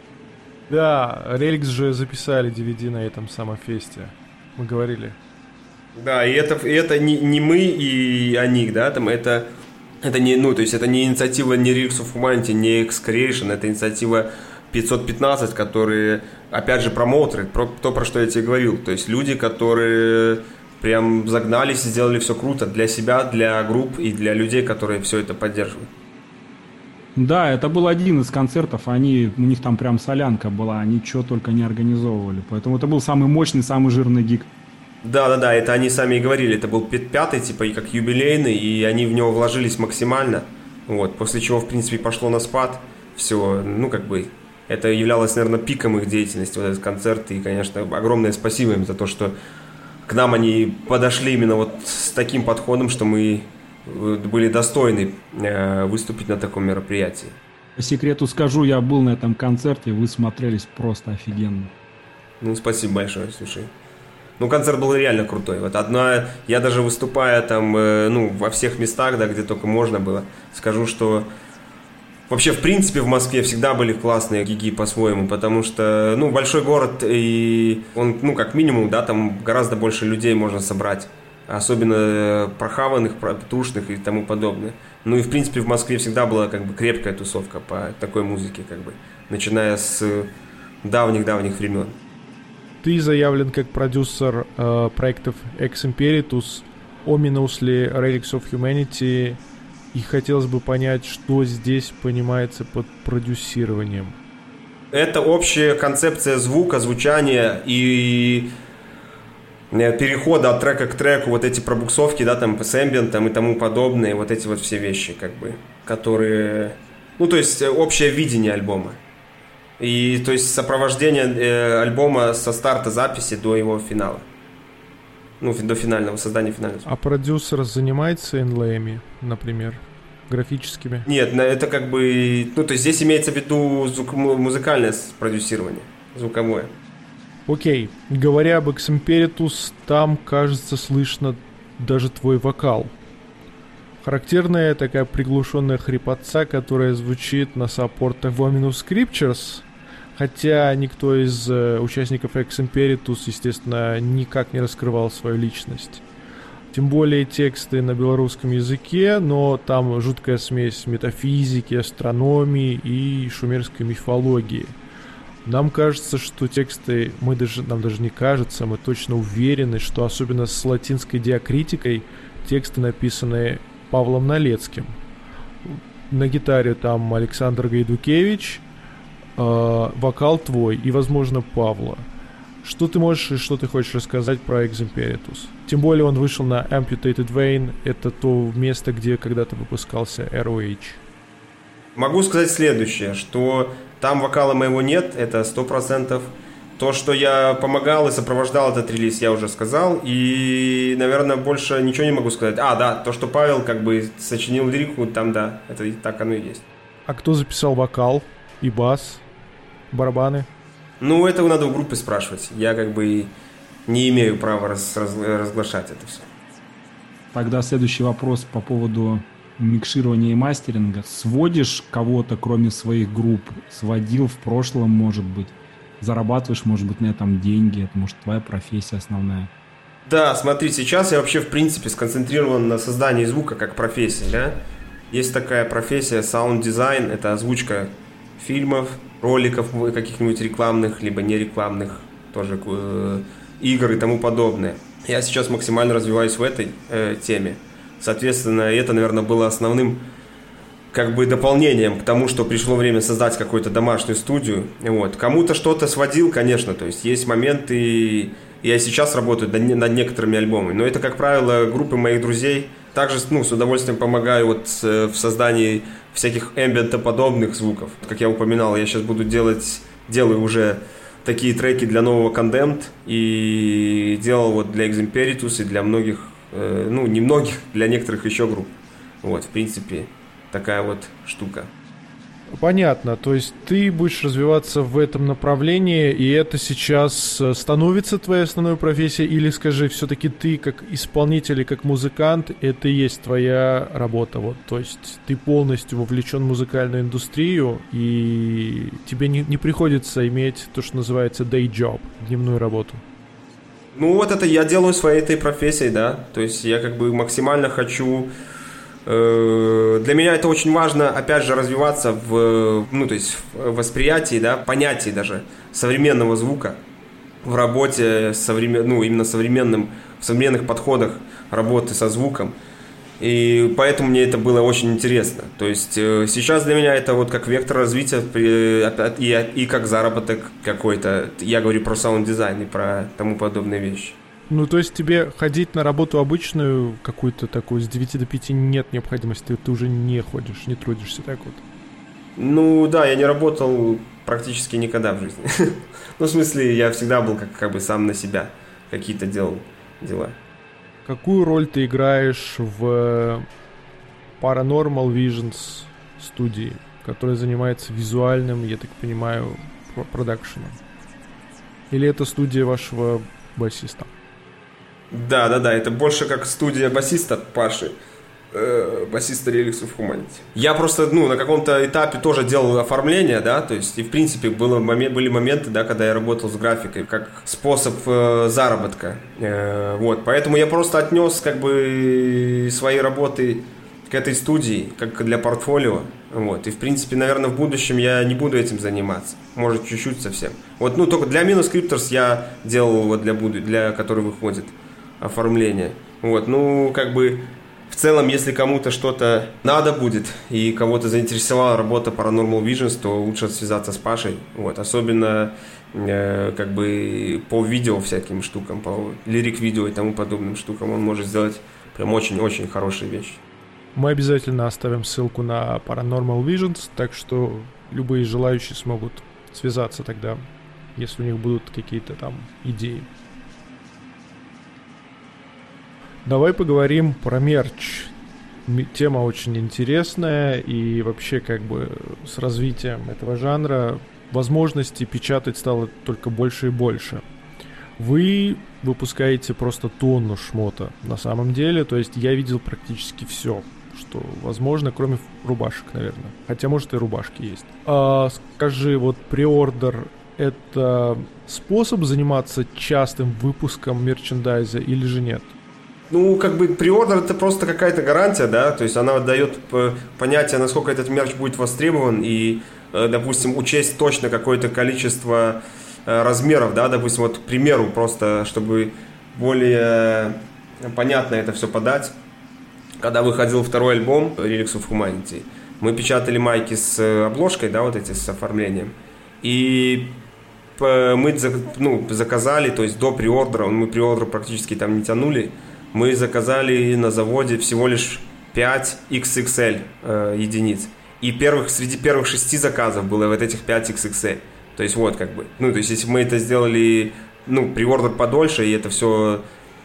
Да, Relics же записали DVD на этом самом фесте. Мы говорили. Да, и это не мы и они, да, там это не, то есть это не инициатива не Relics of Humanity, не X-Creation, это инициатива 515, которые, опять же, промоутеры, про что я тебе говорил. То есть люди, которые прям загнались и сделали все круто для себя, для групп и для людей, которые все это поддерживают. Да, это был один из концертов, у них там прям солянка была, они что только не организовывали. Поэтому это был самый мощный, самый жирный гиг. Да, это они сами и говорили, это был 5-й, типа, как юбилейный, и они в него вложились максимально, вот, после чего, в принципе, пошло на спад, все, это являлось, наверное, пиком их деятельности, вот этот концерт, и, конечно, огромное спасибо им за то, что к нам они подошли именно вот с таким подходом, что мы были достойны выступить на таком мероприятии. По секрету скажу, я был на этом концерте, вы смотрелись просто офигенно. Спасибо большое, слушай. Концерт был реально крутой. Вот я даже выступая там, во всех местах, да, где только можно было, скажу, что вообще, в принципе, в Москве всегда были классные гиги по-своему, потому что, большой город, и он, как минимум, да, там гораздо больше людей можно собрать, особенно прохаванных, трушных и тому подобное. И, в принципе, в Москве всегда была, крепкая тусовка по такой музыке, начиная с давних-давних времен. Ты заявлен как продюсер проектов Ex Imperitus, Ominously, Relics of Humanity, и хотелось бы понять, что здесь понимается под продюсированием. Это общая концепция звука, звучания и перехода от трека к треку, вот эти пробуксовки, да, там, с эмбиентом и тому подобное, вот эти вот все вещи, которые... то есть общее видение альбома. И, то есть, сопровождение альбома со старта записи до его финала. До финального, создания финального. А продюсер занимается инлеями, например, графическими? Нет, это то есть, здесь имеется в виду музыкальное продюсирование, звуковое. Окей, говоря об Ex Imperitus, там, кажется, слышно даже твой вокал. Характерная такая приглушенная хрипотца, которая звучит на саппортах Ominous Scriptures, хотя никто из участников Ex Imperitus, естественно, никак не раскрывал свою личность. Тем более тексты на белорусском языке, но там жуткая смесь метафизики, астрономии и шумерской мифологии. Нам кажется, что тексты, нам даже не кажется, мы точно уверены, что особенно с латинской диакритикой тексты написаны Павлом Налецким. На гитаре там Александр Гайдукевич, вокал твой и, возможно, Павла. Что ты можешь и что ты хочешь рассказать про Ex Imperitus? Тем более он вышел на Amputated Vein, это то место, где когда-то выпускался ROH. Могу сказать следующее, что там вокала моего нет, это 100%. То, что я помогал и сопровождал этот релиз, я уже сказал. И, наверное, больше ничего не могу сказать. То, что Павел сочинил лирику, там, да, это так оно и есть. А кто записал вокал и бас, барабаны? Это надо у группы спрашивать. Я не имею права разглашать это все. Тогда следующий вопрос по поводу микширования и мастеринга. Сводишь кого-то, кроме своих групп? Сводил в прошлом, может быть? Зарабатываешь, может быть, на этом деньги? Это, может, твоя профессия основная? Да, смотри, сейчас я вообще, в принципе, сконцентрирован на создании звука как профессии, да? Есть такая профессия саунд-дизайн, это озвучка фильмов, роликов каких-нибудь рекламных, либо нерекламных, тоже игр и тому подобное. Я сейчас максимально развиваюсь в этой теме. Соответственно, это, наверное, было основным дополнением к тому, что пришло время создать какую-то домашнюю студию. Вот. Кому-то что-то сводил, конечно, то есть есть моменты, я сейчас работаю над некоторыми альбомами, но это, как правило, группы моих друзей. Также с удовольствием помогаю в создании всяких эмбиентоподобных звуков. Как я упоминал, я сейчас делаю уже такие треки для нового Condemned и делал для Ex Imperitus и для многих, не многих, для некоторых еще групп. Вот, в принципе, такая вот штука. Понятно, то есть ты будешь развиваться в этом направлении, и это сейчас становится твоей основной профессией, или, скажи, все-таки ты как исполнитель и как музыкант, это и есть твоя работа, вот, то есть ты полностью вовлечен в музыкальную индустрию, и тебе не приходится иметь то, что называется day job, дневную работу. Вот это я делаю своей этой профессией, да, то есть я максимально хочу... Для меня это очень важно, опять же, развиваться в восприятии, да, понятии даже современного звука в работе, именно в современных подходах работы со звуком. И поэтому мне это было очень интересно. То есть сейчас для меня это вот как вектор развития и как заработок какой-то. Я говорю про саунд-дизайн и про тому подобные вещи. Ну, то есть тебе ходить на работу обычную, какую-то такую, с 9 до 5 нет необходимости, ты уже не ходишь, не трудишься так вот? Ну, да, я не работал практически никогда в жизни. Ну, в смысле, я всегда был как бы сам на себя какие-то делал дела. Какую роль ты играешь в Paranormal Visions студии, которая занимается визуальным, я так понимаю, продакшеном? Или это студия вашего басиста? Да, это больше как студия басиста Паши, басиста Relics of Humanity. Я просто, на каком-то этапе тоже делал оформление, да, то есть, и в принципе были моменты, да, когда я работал с графикой, как способ заработка, вот, поэтому я просто отнес, как бы, свои работы к этой студии, как для портфолио, вот, и в принципе, наверное, в будущем я не буду этим заниматься, может, чуть-чуть совсем, вот, только для Minus Scripters я делал вот для которой выходит оформление, вот, как бы, в целом, если кому-то что-то надо будет и кого-то заинтересовала работа Paranormal Visions, то лучше связаться с Пашей. Вот. Особенно как бы по видео всяким штукам, по лирик-видео и тому подобным штукам. Он может сделать прям очень-очень хорошие вещи. Мы обязательно оставим ссылку на Paranormal Visions, так что любые желающие смогут связаться тогда, если у них будут какие-то там идеи. Давай поговорим про мерч. Тема очень интересная, и вообще как бы с развитием этого жанра возможностей печатать стало только больше и больше. Вы выпускаете просто тонну шмота на самом деле, то есть я видел практически все, что возможно, кроме рубашек, наверное. Хотя, может, и рубашки есть. Скажи, вот преордер — это способ заниматься частым выпуском мерчендайза или же нет? Как бы преордер — это просто какая-то гарантия, да, то есть она дает понятие, насколько этот мерч будет востребован и, допустим, учесть точно какое-то количество размеров, да, допустим, вот, к примеру, просто чтобы более понятно это все подать. Когда выходил второй альбом Relics of Humanity, мы печатали майки с обложкой, да, вот эти с оформлением, и мы заказали, то есть до преордера, мы преордер практически там не тянули, мы заказали на заводе всего лишь 5 XXL единиц. И среди первых 6 заказов было вот этих 5 XXL. То есть вот как бы. То есть если мы это сделали, преордер подольше, и это все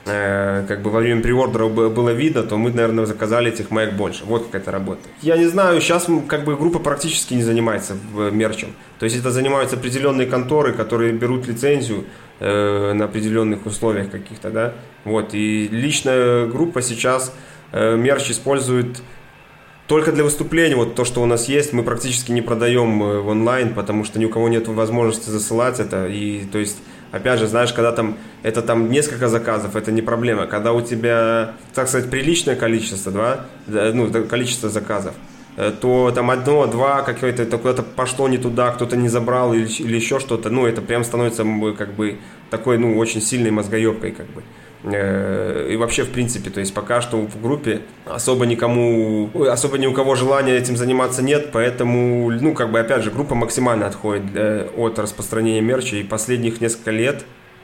как бы во время преордера было видно, то мы, наверное, заказали этих маек больше. Вот как это работает. Я не знаю, сейчас как бы группа практически не занимается мерчем. То есть это занимаются определенные конторы, которые берут лицензию на определенных условиях каких-то, да. Вот. И лично группа сейчас мерч использует только для выступлений. Вот то, что у нас есть, мы практически не продаем в онлайн, потому что ни у кого нет возможности засылать это. И то есть, опять же, знаешь, когда это несколько заказов, это не проблема. Когда у тебя, так сказать, приличное количество, количество заказов, то там 1-2 какое-то куда-то пошло не туда, кто-то не забрал или еще что-то, это прям становится как бы такой, очень сильной мозгоебкой как бы. И вообще, в принципе, то есть пока что в группе особо ни у кого желания этим заниматься нет, поэтому, как бы, опять же, группа максимально отходит от распространения мерча, и последних несколько лет,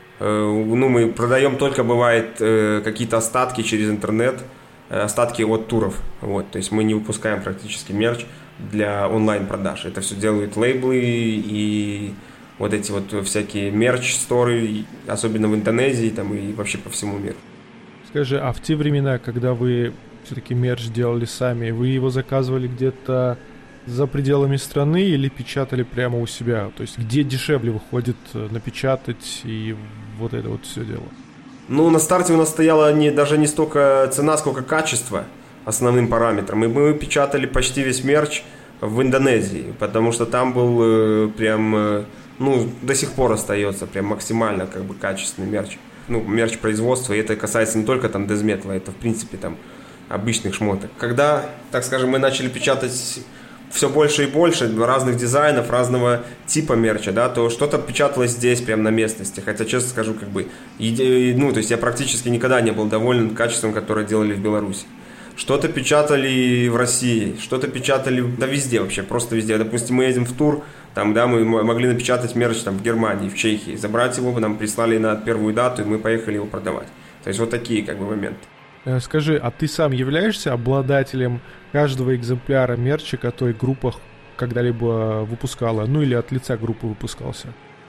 мы продаем только, бывает, какие-то остатки через интернет, остатки от туров, вот, то есть мы не выпускаем практически мерч для онлайн-продаж, это все делают лейблы и вот эти вот всякие мерч-сторы, особенно в Индонезии там, и вообще по всему миру. Скажи, а в те времена, когда вы все-таки мерч делали сами, вы его заказывали где-то за пределами страны или печатали прямо у себя? То есть где дешевле выходит напечатать и вот это вот все дело? На старте у нас стояла даже не столько цена, сколько качество основным параметром. И мы печатали почти весь мерч в Индонезии, потому что там был прям... до сих пор остается прям максимально как бы качественный мерч. Мерч производства, и это касается не только там дезметала, это в принципе там обычных шмоток. Когда, так скажем, мы начали печатать все больше и больше разных дизайнов, разного типа мерча, да, то что-то печаталось здесь, прям на местности. Хотя, честно скажу, как бы, то есть я практически никогда не был доволен качеством, которое делали в Беларуси. что-то печатали в России, что-то печатали, да, везде вообще, просто везде. Допустим, мы едем в тур, там, да, мы могли напечатать мерч там в Германии, в Чехии, забрать его, нам прислали на первую дату, и мы поехали его продавать. То есть вот такие как бы моменты. Скажи, а ты сам являешься обладателем каждого экземпляра мерча, который группа когда-либо выпускала, ну или от лица группы выпускался?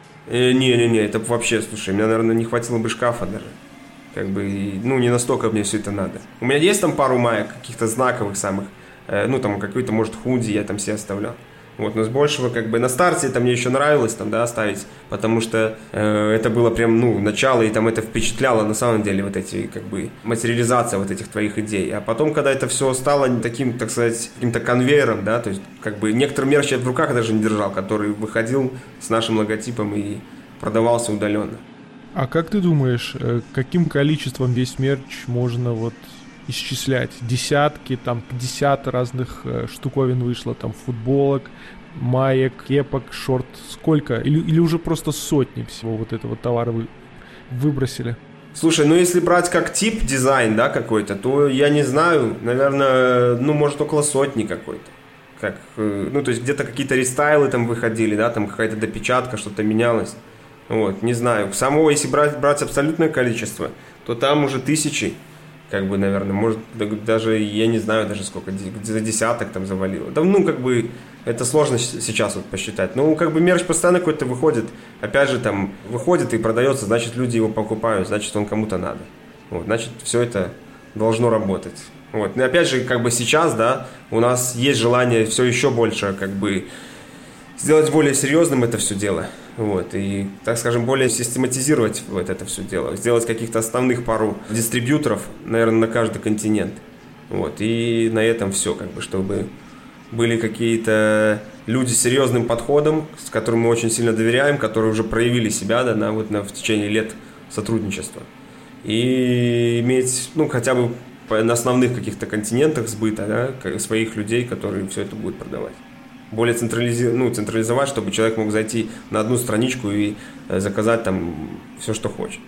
Не, это вообще, слушай, мне, наверное, не хватило бы шкафа даже. Как бы, ну, не настолько мне все это надо. У меня есть там пару маек, каких-то знаковых самых, ну, там, какой-то, может, худи я там себе оставлял. Вот, но с большего, как бы, на старте это мне еще нравилось, там, да, оставить, потому что это было прям, ну, начало, и там это впечатляло, на самом деле, вот эти, как бы, материализация вот этих твоих идей. А потом, когда это все стало таким, так сказать, каким-то конвейером, да, то есть, как бы, некоторые мерч я в руках даже не держал, который выходил с нашим логотипом и продавался удаленно. А как ты думаешь, каким количеством весь мерч можно вот исчислять? Десятки, там 50 разных штуковин вышло, там футболок, маек, кепок, шорт. Сколько? Или уже просто сотни всего вот этого товара вы выбросили? Слушай, ну если брать как тип дизайн, да, какой-то, то я не знаю, наверное, ну может около сотни какой-то. Как, ну то есть где-то какие-то рестайлы там выходили, да, там какая-то допечатка, что-то менялось. Вот, не знаю. Самого, если брать абсолютное количество, то там уже тысячи, как бы, наверное, может, даже, я не знаю даже сколько, за десяток там завалило. Да, ну, как бы, это сложно сейчас вот посчитать. Ну, как бы, мерч постоянно какой-то выходит, опять же, там, выходит и продается, значит, люди его покупают, значит, он кому-то надо. Вот, значит, все это должно работать. Вот, и опять же, как бы, сейчас, да, у нас есть желание все еще больше, как бы, сделать более серьезным это все дело. Вот, и, так скажем, более систематизировать вот это все дело. Сделать каких-то основных пару дистрибьюторов, наверное, на каждый континент. Вот, и на этом все, как бы, чтобы были какие-то люди с серьезным подходом, с которыми мы очень сильно доверяем, которые уже проявили себя, да, в течение лет сотрудничества. И иметь, ну, хотя бы на основных каких-то континентах сбыта, да, своих людей, которые все это будут продавать. Более централизовать, чтобы человек мог зайти на одну страничку и заказать там все, что хочет.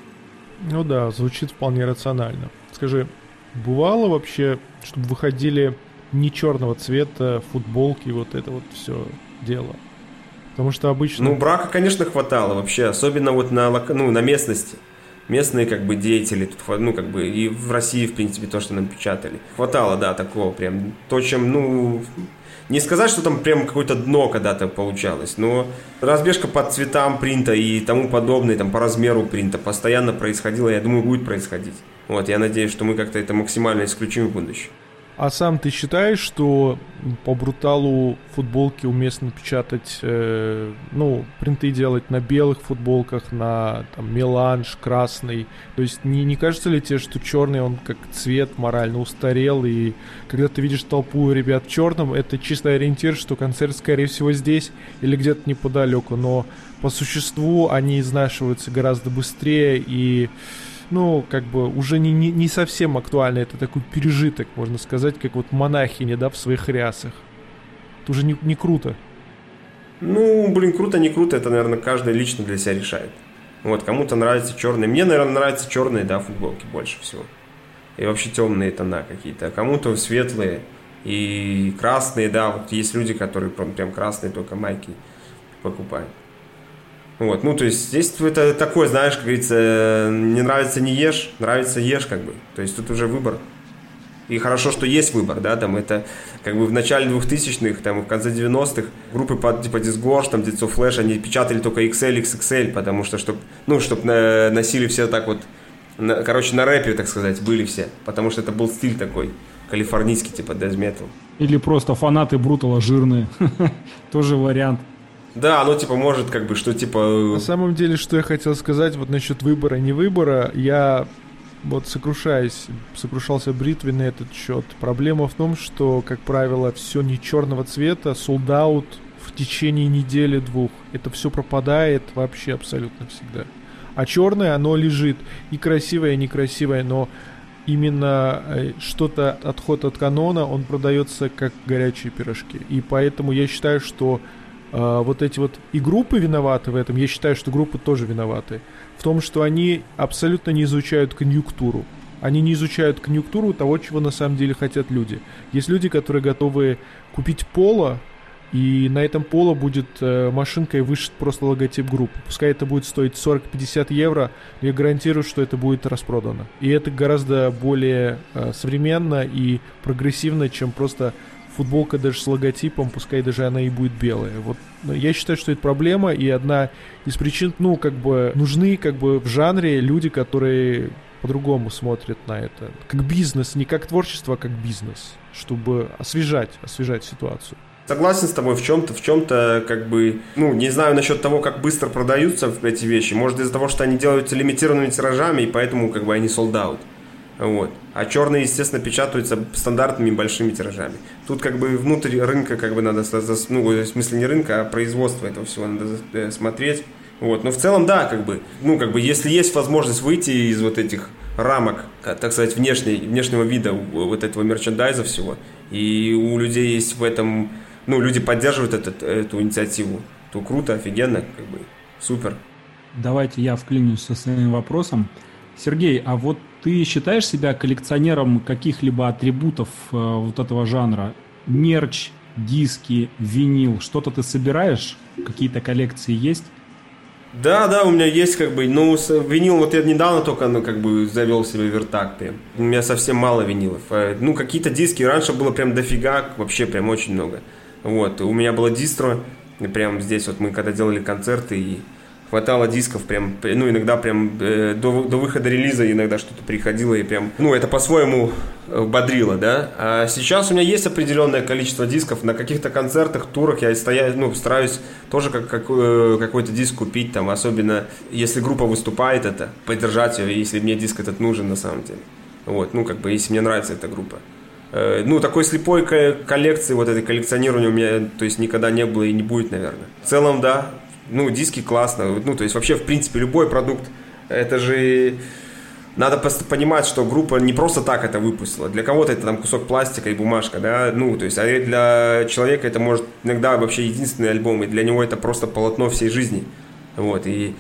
Ну да, звучит вполне рационально. Скажи, бывало вообще, чтобы выходили не черного цвета футболки, вот это вот все дело? Потому что обычно... Ну, брака, конечно, хватало вообще, особенно вот на местности. Местные, как бы, деятели, тут, ну, как бы, и в России, в принципе, то, что нам печатали. Хватало, да, такого прям. То, чем, ну... Не сказать, что там прям какое-то дно когда-то получалось, но разбежка по цветам принта и тому подобное, там, по размеру принта постоянно происходила, я думаю, будет происходить. Вот, я надеюсь, что мы как-то это максимально исключим в будущем. А сам ты считаешь, что по бруталу футболки уместно печатать, ну, принты делать на белых футболках, на там, меланж красный? То есть не кажется ли тебе, что черный, он как цвет морально устарел, и когда ты видишь толпу ребят в черном, это чистый ориентир, что концерт, скорее всего, здесь или где-то неподалеку, но по существу они изнашиваются гораздо быстрее и... Ну, как бы уже не совсем актуально. Это такой пережиток, можно сказать, как вот монахини, да, в своих рясах. Это уже не круто. Ну, блин, круто, не круто, это, наверное, каждый лично для себя решает. Вот, кому-то нравятся черные. Мне, наверное, нравятся черные, да, футболки больше всего. И вообще темные тона какие-то. А кому-то светлые и красные, да. Вот есть люди, которые прям красные только майки покупают. Вот, ну, то есть, здесь это такое, знаешь, как говорится, не нравится не ешь, нравится ешь, как бы. То есть, тут уже выбор. И хорошо, что есть выбор, да, там, это, как бы, в начале 2000-х, там, в конце 90-х группы типа Disgorge, там, Dead So Flash, они печатали только XL, XXL, потому что, чтобы носили все так вот, короче, на рэпе, так сказать, были все, потому что это был стиль такой, калифорнийский, типа, death metal. Или просто фанаты Брутала жирные, тоже вариант. Да, ну, типа, может, как бы, что, типа... На самом деле, что я хотел сказать вот насчет выбора, не выбора, я вот сокрушался бритвой на этот счет. Проблема в том, что, как правило, все не черного цвета, sold out в течение недели-двух. Это все пропадает вообще абсолютно всегда. А черное, оно лежит и красивое, и некрасивое, но именно что-то, отход от канона, он продается как горячие пирожки. И поэтому я считаю, что вот эти вот и группы виноваты в этом, я считаю, что группы тоже виноваты в том, что они абсолютно не изучают конъюнктуру. Они не изучают конъюнктуру того, чего на самом деле хотят люди. Есть люди, которые готовы купить поло, и на этом поло будет машинкой вышит просто логотип группы. Пускай это будет стоить 40-50 евро, но я гарантирую, что это будет распродано. И это гораздо более современно и прогрессивно, чем просто футболка даже с логотипом, пускай даже она и будет белая. Вот. Но я считаю, что это проблема, и одна из причин, нужны в жанре люди, которые по-другому смотрят на это. Как бизнес, не как творчество, а как бизнес, чтобы освежать ситуацию. Согласен с тобой в чем-то, не знаю насчет того, как быстро продаются эти вещи. Может, из-за того, что они делаются лимитированными тиражами, и поэтому они sold out. Вот. А черные, естественно, печатаются стандартными большими тиражами. Тут внутрь рынка надо, в смысле не рынка, а производства этого всего надо смотреть. Вот. Но в целом, да, если есть возможность выйти из вот этих рамок, так сказать, внешнего вида вот этого мерчендайза всего, и у людей есть в этом, люди поддерживают эту инициативу, то круто, офигенно, супер. Давайте я вклинюсь со своим вопросом. Сергей, а вот ты считаешь себя коллекционером каких-либо атрибутов вот этого жанра? Мерч, диски, винил, что-то ты собираешь? Какие-то коллекции есть? Да, у меня есть винил, вот я недавно только, завел себе вертак прям. У меня совсем мало винилов. Какие-то диски, раньше было прям дофига, вообще прям очень много. Вот, у меня было дистро, прям здесь вот мы когда делали концерты, и хватало дисков прям, иногда прям до выхода релиза иногда что-то приходило и прям, это по-своему бодрило, да. А сейчас у меня есть определенное количество дисков, на каких-то концертах, турах я стараюсь тоже какой-то диск купить, там, особенно если группа выступает, поддержать ее, если мне диск этот нужен на самом деле. Вот, если мне нравится эта группа. Такой слепой коллекции, вот этой коллекционирования у меня, то есть, никогда не было и не будет, наверное. В целом, да. Диски классно. То есть, вообще, в принципе, любой продукт, это же... Надо просто понимать, что группа не просто так это выпустила. Для кого-то это там кусок пластика и бумажка, да, то есть, а для человека это может иногда вообще единственный альбом, и для него это просто полотно всей жизни. Вот, и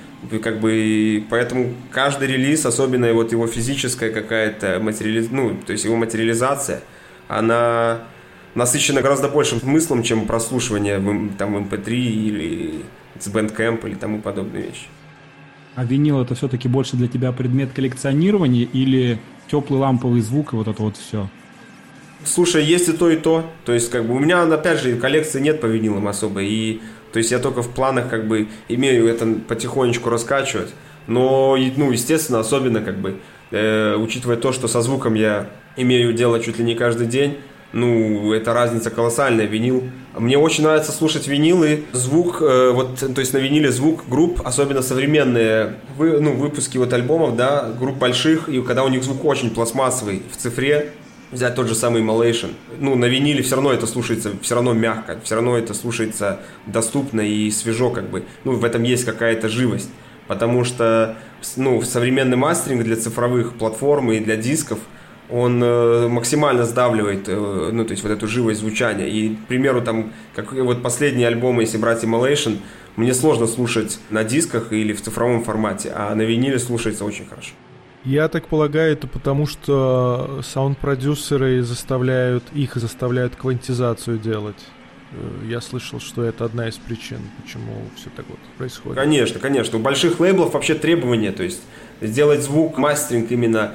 поэтому каждый релиз, особенно вот его физическая какая-то то есть его материализация, она насыщена гораздо большим смыслом, чем прослушивание в MP3 или с Bandcamp или тому подобные вещи. А винил это все-таки больше для тебя предмет коллекционирования или теплый ламповый звук и вот это вот все? Слушай, есть и то, и то. То есть, у меня, опять же, коллекции нет по винилам особо. И, то есть, я только в планах, имею это потихонечку раскачивать. Но, естественно, особенно, учитывая то, что со звуком я имею дело чуть ли не каждый день, это разница колоссальная, винил. Мне очень нравится слушать винилы, звук, то есть на виниле звук групп, особенно современные выпуски альбомов, да, групп больших, и когда у них звук очень пластмассовый в цифре, взять тот же самый Immolation, на виниле все равно это слушается, все равно мягко, все равно это слушается доступно и свежо, в этом есть какая-то живость, потому что, современный мастеринг для цифровых платформ и для дисков, он максимально сдавливает, то есть вот эту живость звучания. И, к примеру, как вот последний альбом, если брать Immolation, мне сложно слушать на дисках или в цифровом формате, а на виниле слушается очень хорошо. Я так полагаю, это потому, что саунд-продюсеры заставляют квантизацию делать. Я слышал, что это одна из причин, почему все так вот происходит. Конечно. У больших лейблов вообще требования, то есть сделать звук, мастеринг именно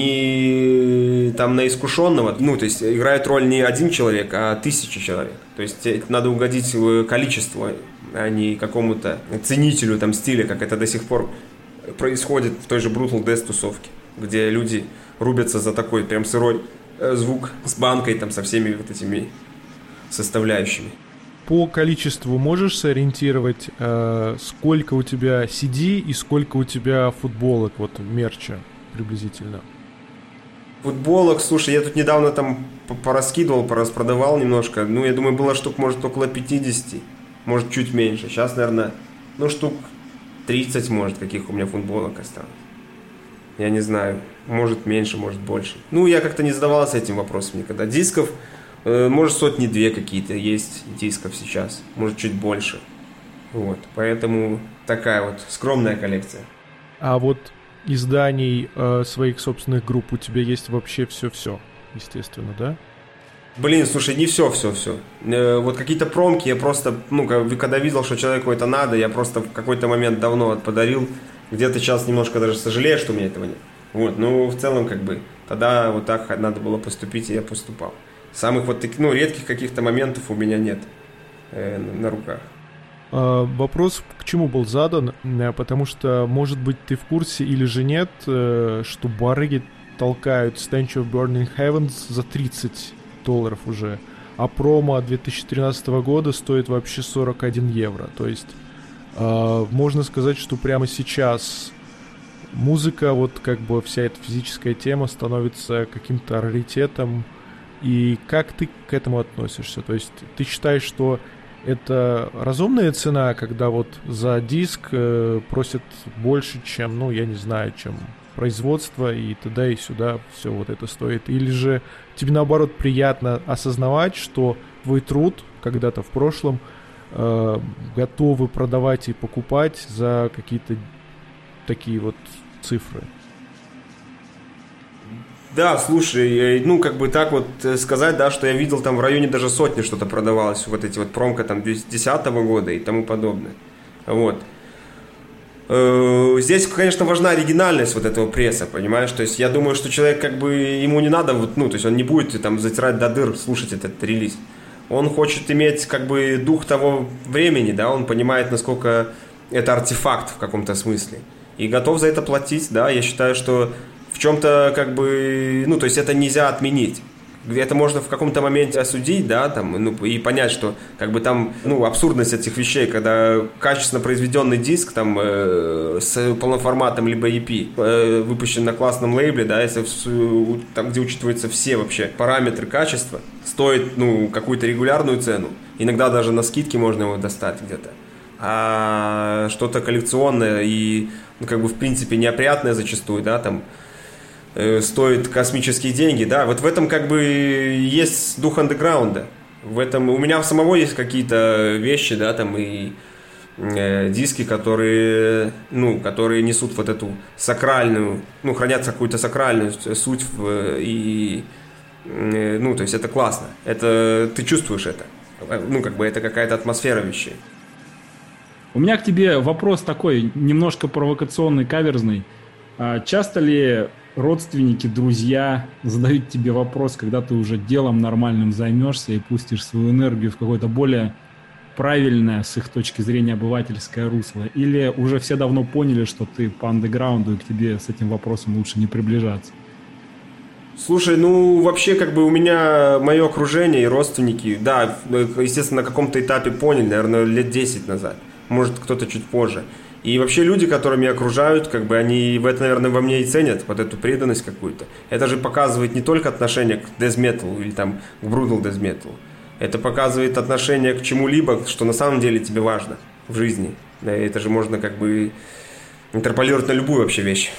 не на искушенного, то есть играет роль не один человек, а 1000 человек. То есть надо угодить количеству, а не какому-то ценителю стиля, как это до сих пор происходит в той же Brutal Death тусовке, где люди рубятся за такой прям сырой звук с банкой, со всеми вот этими составляющими. По количеству можешь сориентировать, сколько у тебя CD и сколько у тебя футболок, мерча приблизительно? Футболок, слушай, я тут недавно пораскидывал, пораспродавал немножко. Я думаю, было штук, может, около 50, может, чуть меньше. Сейчас, наверное, штук 30, может, каких у меня футболок осталось. Я не знаю, может меньше, может больше. Я как-то не задавался этим вопросом никогда. Дисков, может, 100-2 какие-то есть дисков сейчас, может, чуть больше. Вот, поэтому такая вот скромная коллекция. А вот изданий своих собственных групп у тебя есть вообще все-все, естественно, да? Блин, слушай, не все. Вот какие-то промки я просто, когда видел, что человеку это надо, я просто в какой-то момент давно подарил. Где-то сейчас немножко даже сожалею, что у меня этого нет. Вот, в целом, тогда вот так надо было поступить, и я поступал. Самых вот таких, редких каких-то моментов у меня нет на руках. Вопрос к чему был задан, потому что, может быть, ты в курсе или же нет, что барыги толкают Statue of Burning Heavens за $30 уже, а промо 2013 года стоит вообще 41 евро. То есть можно сказать, что прямо сейчас музыка, вся эта физическая тема становится каким-то раритетом. И как ты к этому относишься? То есть ты считаешь, что это разумная цена, когда вот за диск просят больше, чем, чем производство и т.д. и сюда все вот это стоит? Или же тебе наоборот приятно осознавать, что твой труд когда-то в прошлом готовы продавать и покупать за какие-то такие вот цифры? Да, слушай, так вот сказать, да, что я видел там в районе даже сотни что-то продавалось, вот эти вот промка там 2010 года и тому подобное. Вот. Здесь, конечно, важна оригинальность вот этого пресса, понимаешь? То есть я думаю, что человек ему не надо, то есть он не будет там затирать до дыр, слушать этот релиз. Он хочет иметь дух того времени, да, он понимает, насколько это артефакт в каком-то смысле. И готов за это платить, да, я считаю, что в чем-то то есть это нельзя отменить. Это можно в каком-то моменте осудить, да, и понять, что там, абсурдность этих вещей, когда качественно произведенный диск с полноформатом либо EP выпущен на классном лейбле, да, если там, где учитываются все вообще параметры качества, стоит, какую-то регулярную цену. Иногда даже на скидке можно его достать где-то. А что-то коллекционное и, в принципе, неопрятное зачастую, да, стоит космические деньги, да, вот в этом есть дух андеграунда. В этом у меня самого есть какие-то вещи, да, и диски, которые несут вот эту сакральную, хранят какую-то сакральную суть то есть это классно, это ты чувствуешь это, это какая-то атмосфера вещей. У меня к тебе вопрос такой, немножко провокационный, каверзный. Часто ли родственники, друзья задают тебе вопрос, когда ты уже делом нормальным займешься и пустишь свою энергию в какое-то более правильное, с их точки зрения, обывательское русло? Или уже все давно поняли, что ты по андеграунду и к тебе с этим вопросом лучше не приближаться? Слушай, вообще, у меня мое окружение и родственники, да, естественно, на каком-то этапе поняли, наверное, лет 10 назад. Может, кто-то чуть позже. И вообще люди, которые меня окружают, они в это, наверное, во мне и ценят, вот эту преданность какую-то. Это же показывает не только отношение к death metal или к brutal death metal. Это показывает отношение к чему-либо, что на самом деле тебе важно в жизни. Да, это же можно интерполировать на любую вообще вещь.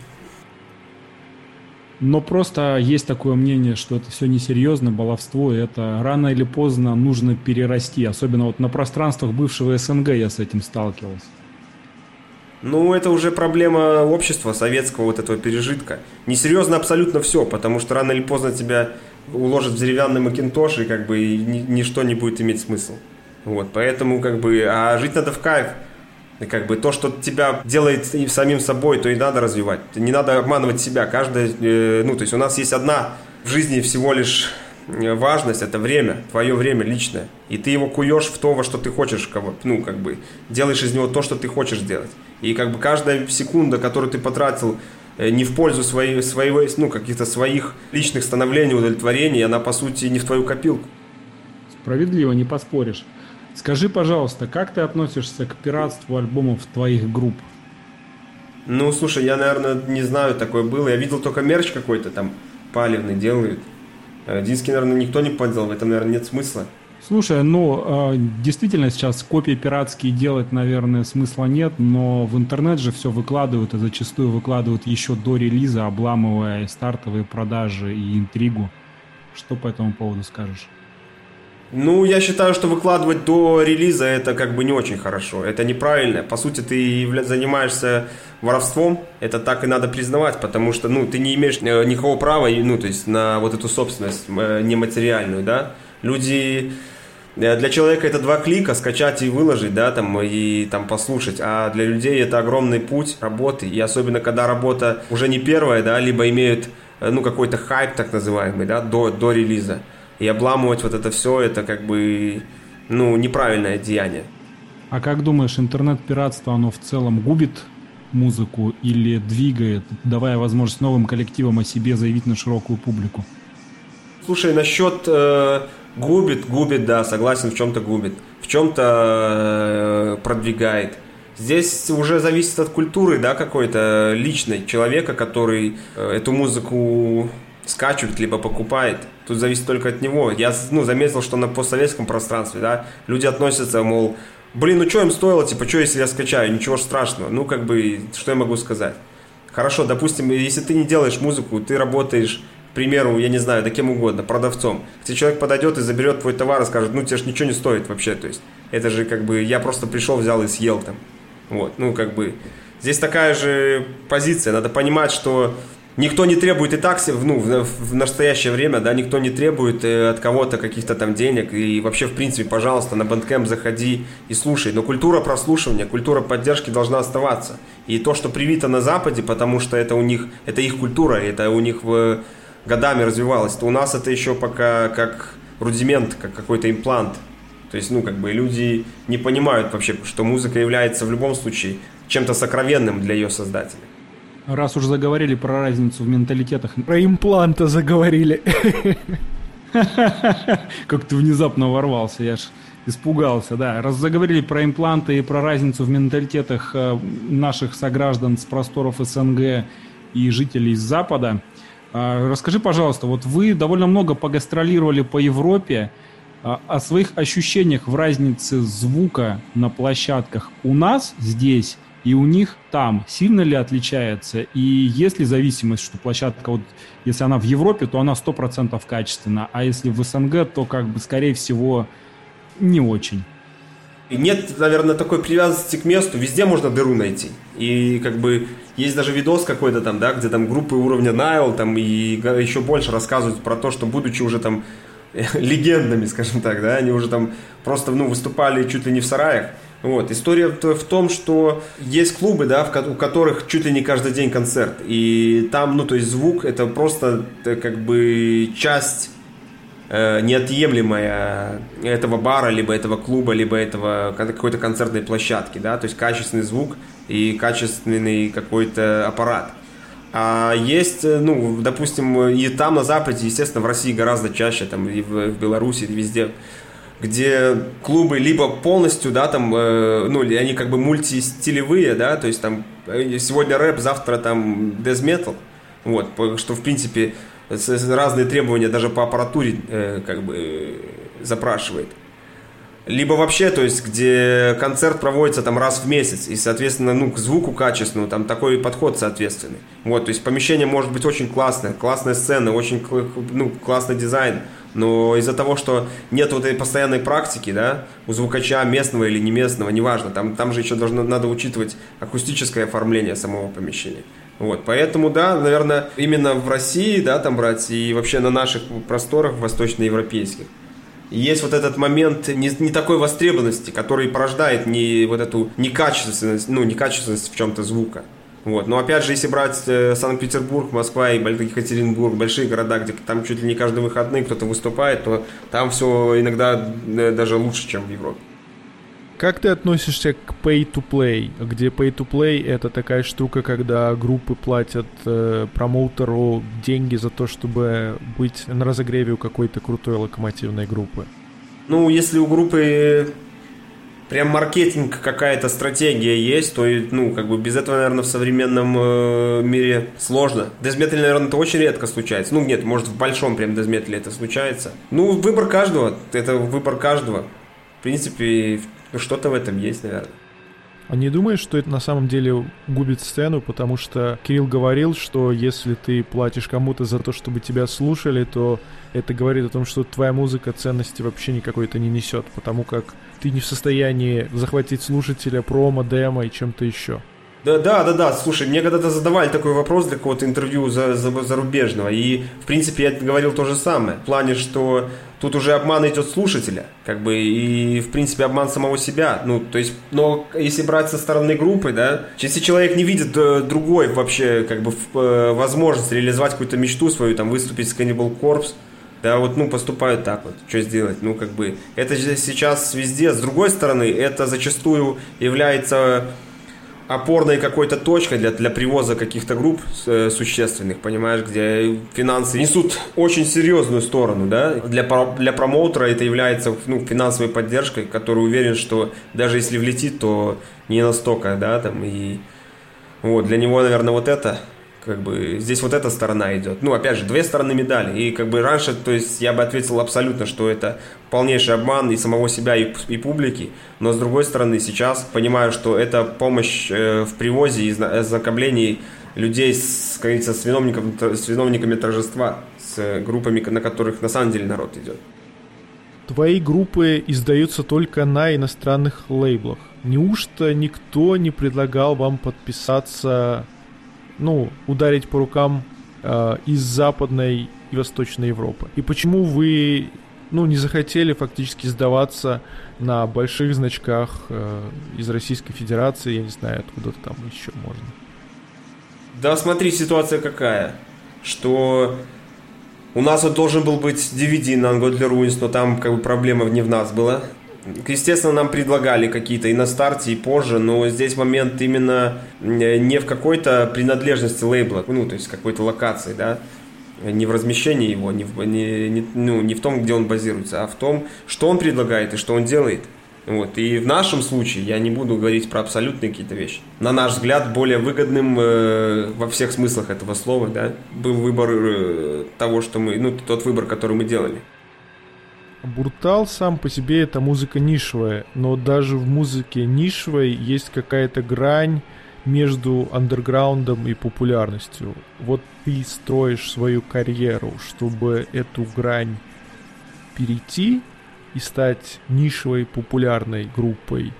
Но просто есть такое мнение, что это все несерьезно, баловство, и это рано или поздно нужно перерасти. Особенно вот на пространствах бывшего СНГ я с этим сталкивался. Это уже проблема общества, советского вот этого пережитка. Несерьезно абсолютно все, потому что рано или поздно тебя уложат в деревянный макинтош, и и ничто не будет иметь смысл. Вот, поэтому а жить надо в кайф. И то, что тебя делает самим собой, то и надо развивать. Не надо обманывать себя. То есть у нас есть одна в жизни всего лишь важность, это время, твое время личное. И ты его куешь в то, во что ты хочешь, делаешь из него то, что ты хочешь делать. И каждая секунда, которую ты потратил не в пользу каких-то своих личных становлений, удовлетворений, она, по сути, не в твою копилку. Справедливо, не поспоришь. Скажи, пожалуйста, как ты относишься к пиратству альбомов твоих групп? Слушай, я, наверное, не знаю, такое было. Я видел только мерч какой-то палевный делают. Диски, наверное, никто не подделал, в этом, наверное, нет смысла. Слушай, действительно сейчас копии пиратские делать, наверное, смысла нет, но в интернет же все выкладывают, и зачастую выкладывают еще до релиза, обламывая стартовые продажи и интригу. Что по этому поводу скажешь? Ну, я считаю, что выкладывать до релиза это как бы не очень хорошо. Это неправильно. По сути, ты занимаешься воровством. Это так и надо признавать, потому что, ну, ты не имеешь никакого права, ну, то есть на вот эту собственность нематериальную, да. Люди... Для человека это 2 клика, скачать и выложить, да, там, и там послушать. А для людей это огромный путь работы. И особенно, когда работа уже не первая, да, либо имеют, ну, какой-то хайп, так называемый, да, до релиза. И обламывать вот это все, это как бы, ну, неправильное деяние. А как думаешь, интернет-пиратство, оно в целом губит музыку или двигает, давая возможность новым коллективам о себе заявить на широкую публику? Слушай, насчет губит, да, согласен, в чем-то губит, в чем-то продвигает. Здесь уже зависит от культуры, да, какой-то личной человека, который эту музыку скачивает, либо покупает. Тут зависит только от него. Я, ну, заметил, что на постсоветском пространстве, да, люди относятся, мол, блин, ну что им стоило, типа, что если я скачаю, ничего страшного. Ну, как бы, что я могу сказать? Хорошо, допустим, если ты не делаешь музыку, ты работаешь, к примеру, я не знаю, да кем угодно, продавцом. Если человек подойдет и заберет твой товар и скажет, ну, тебе же ничего не стоит вообще, то есть, это же, как бы, я просто пришел, взял и съел там. Вот, ну, как бы, здесь такая же позиция, надо понимать, что никто не требует и так, ну, в настоящее время, да, никто не требует от кого-то каких-то там денег. И вообще, в принципе, пожалуйста, на Bandcamp заходи и слушай. Но культура прослушивания, культура поддержки должна оставаться. И то, что привито на Западе, потому что это у них, это их культура, это у них годами развивалось, то у нас это еще пока как рудимент, как какой-то имплант. То есть, ну, как бы люди не понимают вообще, что музыка является в любом случае чем-то сокровенным для ее создателей. Раз уж заговорили про разницу в менталитетах... Про импланты заговорили. Как ты внезапно ворвался, я ж испугался, да. Раз заговорили про импланты и про разницу в менталитетах наших сограждан с просторов СНГ и жителей с Запада, расскажи, пожалуйста, вот вы довольно много погастролировали по Европе, о своих ощущениях в разнице звука на площадках у нас здесь и у них там сильно ли отличается? И есть ли зависимость, что площадка, вот, если она в Европе, то она 100% качественна, а если в СНГ, то, как бы, скорее всего, не очень? Нет, наверное, такой привязанности к месту. Везде можно дыру найти. И как бы есть даже видос какой-то там, да, где там группы уровня Nile там и еще больше рассказывают про то, что, будучи уже там легендами, скажем так, да, они уже там просто, ну, выступали чуть ли не в сараях. Вот. История в том, что есть клубы, да, у которых чуть ли не каждый день концерт. И там, ну, то есть звук это просто как бы часть неотъемлемая этого бара, либо этого клуба, либо этого какой-то концертной площадки, да, то есть качественный звук и качественный какой-то аппарат. А есть, ну, допустим, и там на Западе, естественно, в России гораздо чаще, там и в Беларуси, и везде, где клубы либо полностью, да, там, ну, они как бы мультистилевые, да, то есть там сегодня рэп, завтра там death metal, вот, что, в принципе, разные требования даже по аппаратуре как бы запрашивает. Либо вообще, то есть, где концерт проводится там раз в месяц, и, соответственно, ну, к звуку качественному, там такой подход соответственный. Вот, то есть, помещение может быть очень классное, классная сцена, очень, ну, классный дизайн, но из-за того, что нет вот этой постоянной практики, да, у звукача местного или не местного, неважно, там же еще надо учитывать акустическое оформление самого помещения. Вот, поэтому, да, наверное, именно в России, да, там брать, и вообще на наших просторах восточноевропейских есть вот этот момент не такой востребованности, который порождает вот эту некачественность, ну, некачественность в чем-то звука. Вот. Но опять же, если брать Санкт-Петербург, Москва и Екатеринбург, большие города, где там чуть ли не каждые выходные кто-то выступает, то там все иногда даже лучше, чем в Европе. Как ты относишься к pay-to-play, где pay-to-play это такая штука, когда группы платят промоутеру деньги за то, чтобы быть на разогреве у какой-то крутой локомотивной группы? Ну, если у группы прям маркетинг, какая-то стратегия есть, то, ну, как бы без этого, наверное, в современном мире сложно. В дезметале, наверное, это очень редко случается. Ну, нет, может, в большом прям дезметале это случается. Ну, выбор каждого, это выбор каждого. В принципе, что-то в этом есть, наверное. А не думаешь, что это на самом деле губит сцену, потому что Кирилл говорил, что если ты платишь кому-то за то, чтобы тебя слушали, то это говорит о том, что твоя музыка ценности вообще никакой-то не несет, потому как ты не в состоянии захватить слушателя промо, демо и чем-то еще. Да, слушай, мне когда-то задавали такой вопрос для какого-то интервью зарубежного, и, в принципе, я говорил то же самое, в плане, что тут уже обман идет слушателя, как бы, и, в принципе, обман самого себя, ну, то есть, но если брать со стороны группы, да, если человек не видит другой вообще, как бы, возможность реализовать какую-то мечту свою, там, выступить с Cannibal Corpse, да, вот, ну, поступают так вот, что сделать, ну, как бы, это же сейчас везде, с другой стороны, это зачастую является опорной какой-то точкой для привоза каких-то групп существенных, понимаешь, где финансы несут очень серьезную сторону, да, для промоутера это является, ну, финансовой поддержкой, который уверен, что даже если влетит, то не настолько, да, там, и вот, для него, наверное, вот это, как бы, здесь вот эта сторона идет. Ну, опять же, две стороны медали. И как бы раньше, то есть, я бы ответил абсолютно, что это полнейший обман и самого себя, и публики. Но, с другой стороны, сейчас понимаю, что это помощь в привозе и ознакомлении людей, как говорится, с виновниками торжества, с группами, на которых на самом деле народ идет. Твои группы издаются только на иностранных лейблах. Неужто никто не предлагал вам подписаться, ну, ударить по рукам из Западной и Восточной Европы? И почему вы, ну, не захотели фактически сдаваться на больших значках из Российской Федерации, я не знаю, откуда-то там еще можно? Да, смотри, ситуация какая, что у нас вот должен был быть DVD на Ungodly Ruins, но там как бы проблема не в нас была. Естественно, нам предлагали какие-то и на старте, и позже, но здесь момент именно не в какой-то принадлежности лейбла, ну, то есть какой-то локации, да, не в размещении его, не в том, где он базируется, а в том, что он предлагает и что он делает. Вот. И в нашем случае, я не буду говорить про абсолютные какие-то вещи, на наш взгляд, более выгодным во всех смыслах этого слова, да, был выбор того, что мы, ну, тот выбор, который мы делали. Брутал сам по себе это музыка нишевая, но даже в музыке нишевой есть какая-то грань между андерграундом и популярностью. Вот ты строишь свою карьеру, чтобы эту грань перейти и стать нишевой популярной группой.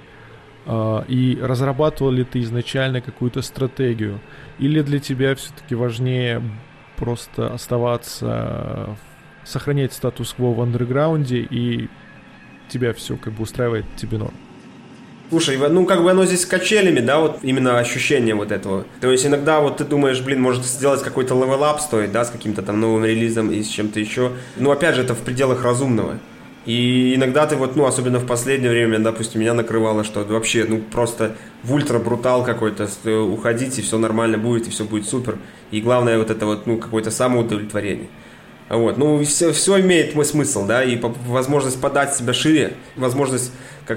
И разрабатывал ли ты изначально какую-то стратегию? Или для тебя все-таки важнее просто оставаться сохранять статус-кво в андерграунде, и тебя все как бы устраивает, тебе норм? Слушай, ну как бы оно здесь с качелями, да, вот именно ощущение вот этого. То есть иногда вот ты думаешь, блин, может сделать какой-то левел-ап стоит, да, с каким-то там новым релизом и с чем-то еще. Но опять же, это в пределах разумного. И иногда ты вот, ну, особенно в последнее время, допустим, меня накрывало, что вообще, ну, просто в ультра-брутал какой-то уходить, и все нормально будет, и все будет супер. И главное вот это вот, ну, какое-то самоудовлетворение. Вот, ну, все имеет мой смысл, да, и возможность подать себя шире, возможность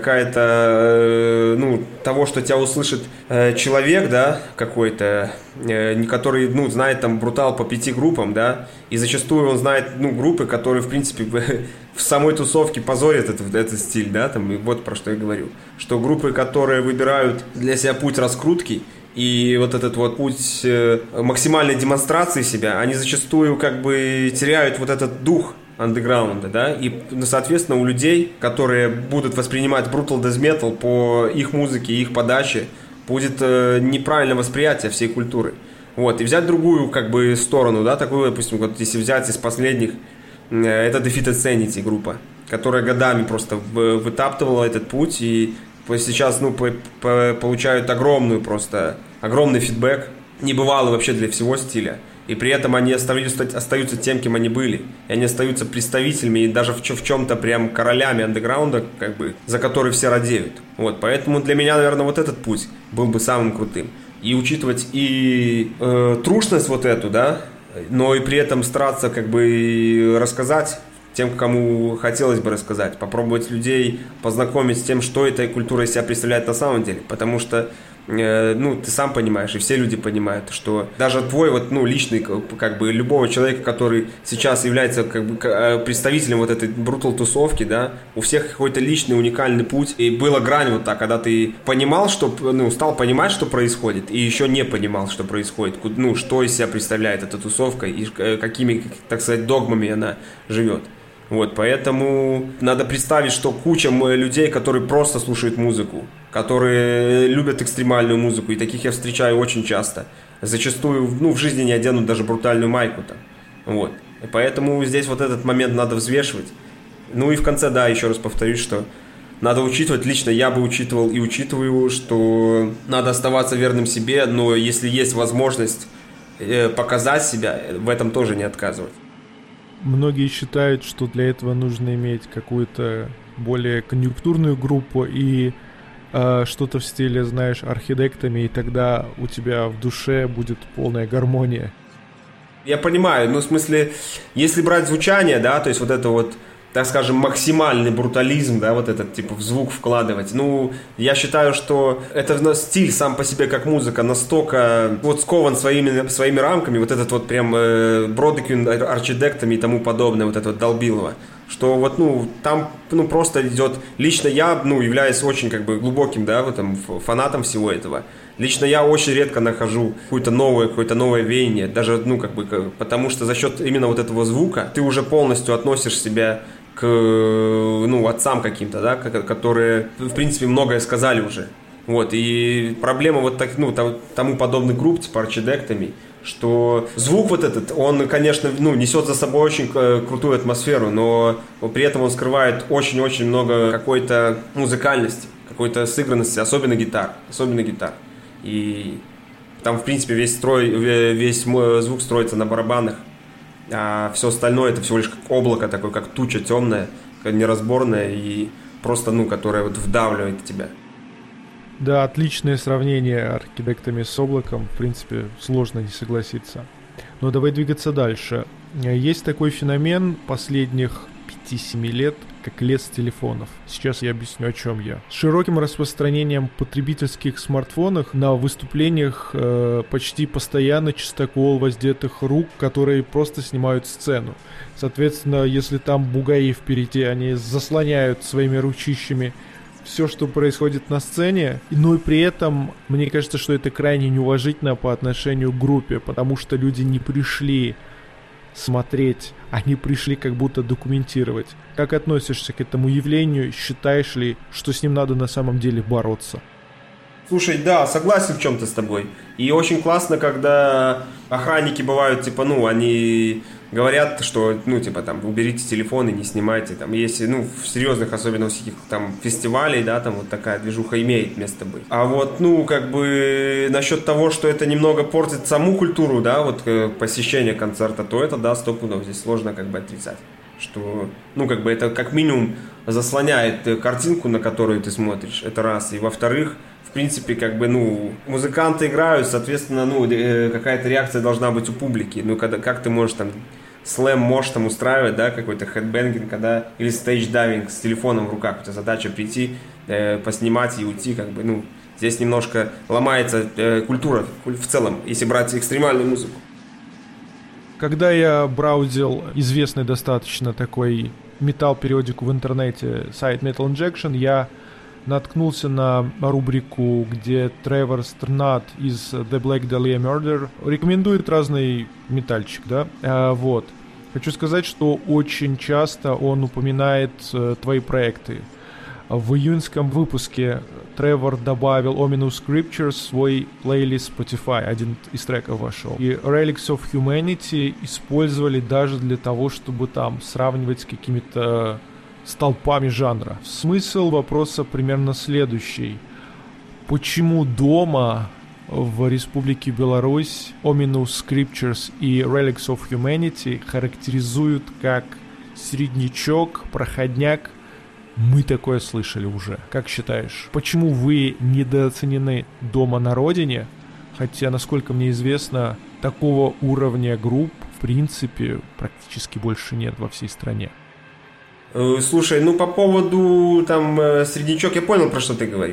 какая-то, ну, того, что тебя услышит человек, да, какой-то, который, ну, знает там брутал по 5 группам, да, и зачастую он знает, ну, группы, которые, в принципе, в самой тусовке позорят этот стиль, да, там, и вот про что я говорю, что группы, которые выбирают для себя путь раскрутки, и вот этот вот путь максимальной демонстрации себя, они зачастую как бы теряют вот этот дух андеграунда, да, и, соответственно, у людей, которые будут воспринимать Brutal Death Metal по их музыке и их подаче, будет неправильное восприятие всей культуры. Вот, и взять другую, как бы, сторону, да, такую, допустим, вот если взять из последних, это Defeated Sanity группа, которая годами просто вытаптывала этот путь, и сейчас, ну, получают огромный фидбэк, небывалый вообще для всего стиля. И при этом они остаются тем, кем они были. И они остаются представителями и даже в чем-то прям королями андеграунда, как бы, за который все радеют. Вот, поэтому для меня, наверное, вот этот путь был бы самым крутым. И учитывать и трушность вот эту, да, но и при этом стараться как бы рассказать тем, кому хотелось бы рассказать, попробовать людей познакомить с тем, что эта культура из себя представляет на самом деле. Потому что ну, ты сам понимаешь, и все люди понимают, что даже твой вот, ну, личный, как бы, любого человека, который сейчас является, как бы, представителем вот этой брутал-тусовки, да, у всех какой-то личный, уникальный путь, и была грань вот так, когда ты понимал, что, ну, стал понимать, что происходит, и еще не понимал, что происходит, ну, что из себя представляет эта тусовка, и какими, так сказать, догмами она живет. Вот, поэтому надо представить, что куча людей, которые просто слушают музыку, которые любят экстремальную музыку, и таких я встречаю очень часто. Зачастую, ну, в жизни не оденут даже брутальную майку там. Вот. И поэтому здесь вот этот момент надо взвешивать. Ну и в конце, да, еще раз повторюсь, что надо учитывать, лично я бы учитывал и учитываю, что надо оставаться верным себе, но если есть возможность показать себя, в этом тоже не отказывать. Многие считают, что для этого нужно иметь какую-то более конъюнктурную группу и что-то в стиле, знаешь, архитектами, и тогда у тебя в душе будет полная гармония. Я понимаю, ну, в смысле, если брать звучание, да, то есть вот это вот, так скажем, максимальный брутализм, да, вот этот, типа, в звук вкладывать. Ну, я считаю, что это стиль сам по себе, как музыка, настолько вот скован своими рамками, вот этот вот прям бродекюн арчидектами и тому подобное, вот это вот долбилово, что вот, ну, там, ну, просто идет... Лично я, ну, являюсь очень, как бы, глубоким, да, в этом, фанатом всего этого. Лично я очень редко нахожу какое-то новое веяние, даже, ну, как бы, потому что за счет именно вот этого звука ты уже полностью относишь себя к, ну, отцам каким-то, да, которые, в принципе, многое сказали уже. Вот, и проблема вот так, ну, тому подобных групп, типа арчидектами, что звук вот этот, он, конечно, ну, несет за собой очень крутую атмосферу, но при этом он скрывает очень-очень много какой-то музыкальности, какой-то сыгранности, особенно гитар. И там, в принципе, весь звук строится на барабанах, а все остальное это всего лишь как облако такое, как туча темная, неразборная и просто, ну, которая вот вдавливает тебя. Да, отличное сравнение архитектами с облаком, в принципе, сложно не согласиться. Но давай двигаться дальше. Есть такой феномен последних 5-7 лет, как лес телефонов. Сейчас я объясню, о чем я. С широким распространением потребительских смартфонов на выступлениях почти постоянно чистокол воздетых рук, которые просто снимают сцену. Соответственно, если там бугаи впереди, они заслоняют своими ручищами все, что происходит на сцене, но и при этом, мне кажется, что это крайне неуважительно по отношению к группе, потому что люди не пришли смотреть, они пришли как будто документировать. Как относишься к этому явлению? Считаешь ли, что с ним надо на самом деле бороться? Слушай, да, согласен в чем-то с тобой. И очень классно, когда охранники бывают, типа, ну, они говорят, что, ну, типа, там, уберите телефоны, не снимайте, там, если, ну, в серьезных, особенно всяких, там, фестивалей, да, там, вот такая движуха имеет место быть. А вот, ну, как бы, насчет того, что это немного портит саму культуру, да, вот, посещения концерта, то это, да, 100 пудов, здесь сложно, как бы, отрицать. Что, ну, как бы, это, как минимум, заслоняет картинку, на которую ты смотришь, это раз. И, во-вторых, в принципе, как бы, ну, музыканты играют, соответственно, ну, какая-то реакция должна быть у публики. Ну, как ты можешь там слэм можешь там устраивать, да, какой-то хедбэнгинг, когда, или стейдж-дайвинг с телефоном в руках. У тебя задача прийти, поснимать и уйти, как бы, ну, здесь немножко ломается культура в целом, если брать экстремальную музыку. Когда я браузил известный достаточно такой метал-периодику в интернете, сайт Metal Injection, я наткнулся на рубрику, где Тревор Стернат из The Black Dahlia Murder рекомендует разный метальчик, да, вот. Хочу сказать, что очень часто он упоминает твои проекты. В июньском выпуске Тревор добавил Ominous Scriptures в свой плейлист Spotify, один из треков вошел. И Relics of Humanity использовали даже для того, чтобы там сравнивать с какими-то столпами жанра. Смысл вопроса примерно следующий. Почему дома в Республике Беларусь Ominous Scriptures и Relics of Humanity характеризуют как среднячок, проходняк? Мы такое слышали уже. Как считаешь, почему вы недооценены дома на родине? Хотя, насколько мне известно, такого уровня групп, в принципе, практически больше нет во всей стране. Слушай, ну по поводу там среднячок, я понял, про что ты говоришь.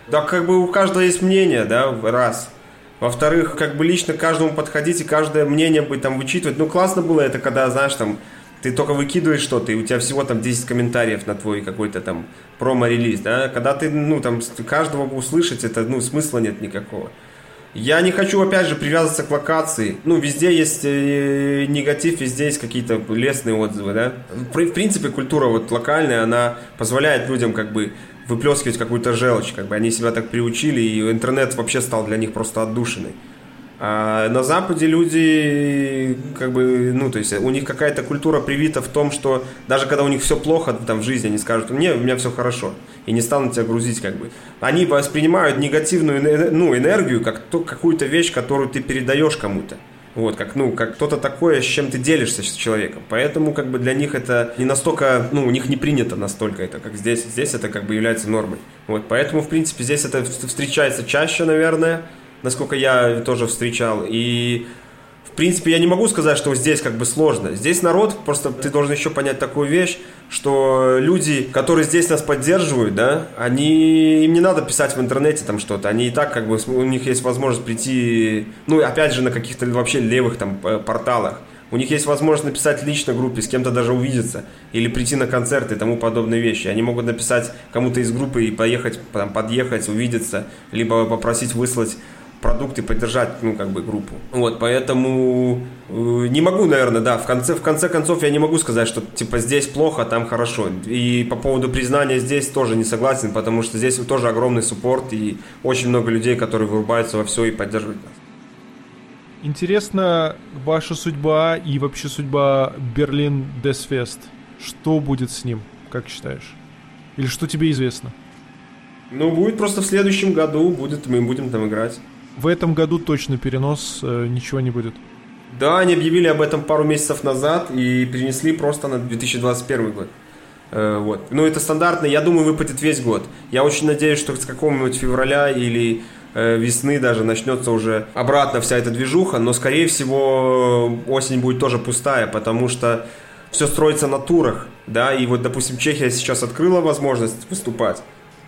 Да, как бы у каждого есть мнение, да, раз. Во-вторых, как бы лично к каждому подходить и каждое мнение быть там вычитывать. Ну, классно было это, когда, знаешь, там, ты только выкидываешь что-то, и у тебя всего там 10 комментариев на твой какой-то там промо-релиз, да. Когда ты, ну, там, каждого услышать, это, ну, смысла нет никакого. Я не хочу, опять же, привязываться к локации. Ну, везде есть негатив, везде есть какие-то лестные отзывы, да. В принципе, культура вот локальная, она позволяет людям как бы выплескивать какую-то желчь, как бы они себя так приучили, и интернет вообще стал для них просто отдушиной. А на Западе люди, как бы, ну, то есть у них какая-то культура привита в том, что даже когда у них все плохо там в жизни, они скажут: у меня все хорошо, и не станут тебя грузить, как бы. Они воспринимают негативную, ну, энергию как какую-то вещь, которую ты передаешь кому-то. Вот, как кто-то такое, с чем ты делишься с человеком. Поэтому, как бы, для них это не настолько, ну, у них не принято настолько это, как здесь. Здесь это, как бы, является нормой. Вот, поэтому, в принципе, здесь это встречается чаще, наверное, насколько я тоже встречал. И, в принципе, я не могу сказать, что здесь, как бы, сложно. Здесь народ, просто ты должен еще понять такую вещь, что люди, которые здесь нас поддерживают, да, им не надо писать в интернете там что-то, они и так, как бы, у них есть возможность прийти, ну, опять же, на каких-то вообще левых там порталах. У них есть возможность написать лично группе, с кем-то даже увидеться, или прийти на концерты и тому подобные вещи. Они могут написать кому-то из группы и поехать, там, подъехать, увидеться, либо попросить выслать продукты, поддержать, ну, как бы, группу. Вот, поэтому не могу, наверное, да, в конце концов я не могу сказать, что, типа, здесь плохо, а там хорошо. И по поводу признания здесь тоже не согласен, потому что здесь тоже огромный суппорт и очень много людей, которые вырубаются во все и поддерживают нас. Интересна ваша судьба и вообще судьба Berlin Death Fest. Что будет с ним, как считаешь? Или что тебе известно? Ну, будет просто в следующем году, мы будем там играть. В этом году точно перенос, ничего не будет. Да, они объявили об этом пару месяцев назад и перенесли просто на 2021 год. Вот. Ну, это стандартно, я думаю, выпадет весь год. Я очень надеюсь, что с какого-нибудь февраля или весны даже начнется уже обратно вся эта движуха, но, скорее всего, осень будет тоже пустая, потому что все строится на турах, да, и вот, допустим, Чехия сейчас открыла возможность выступать,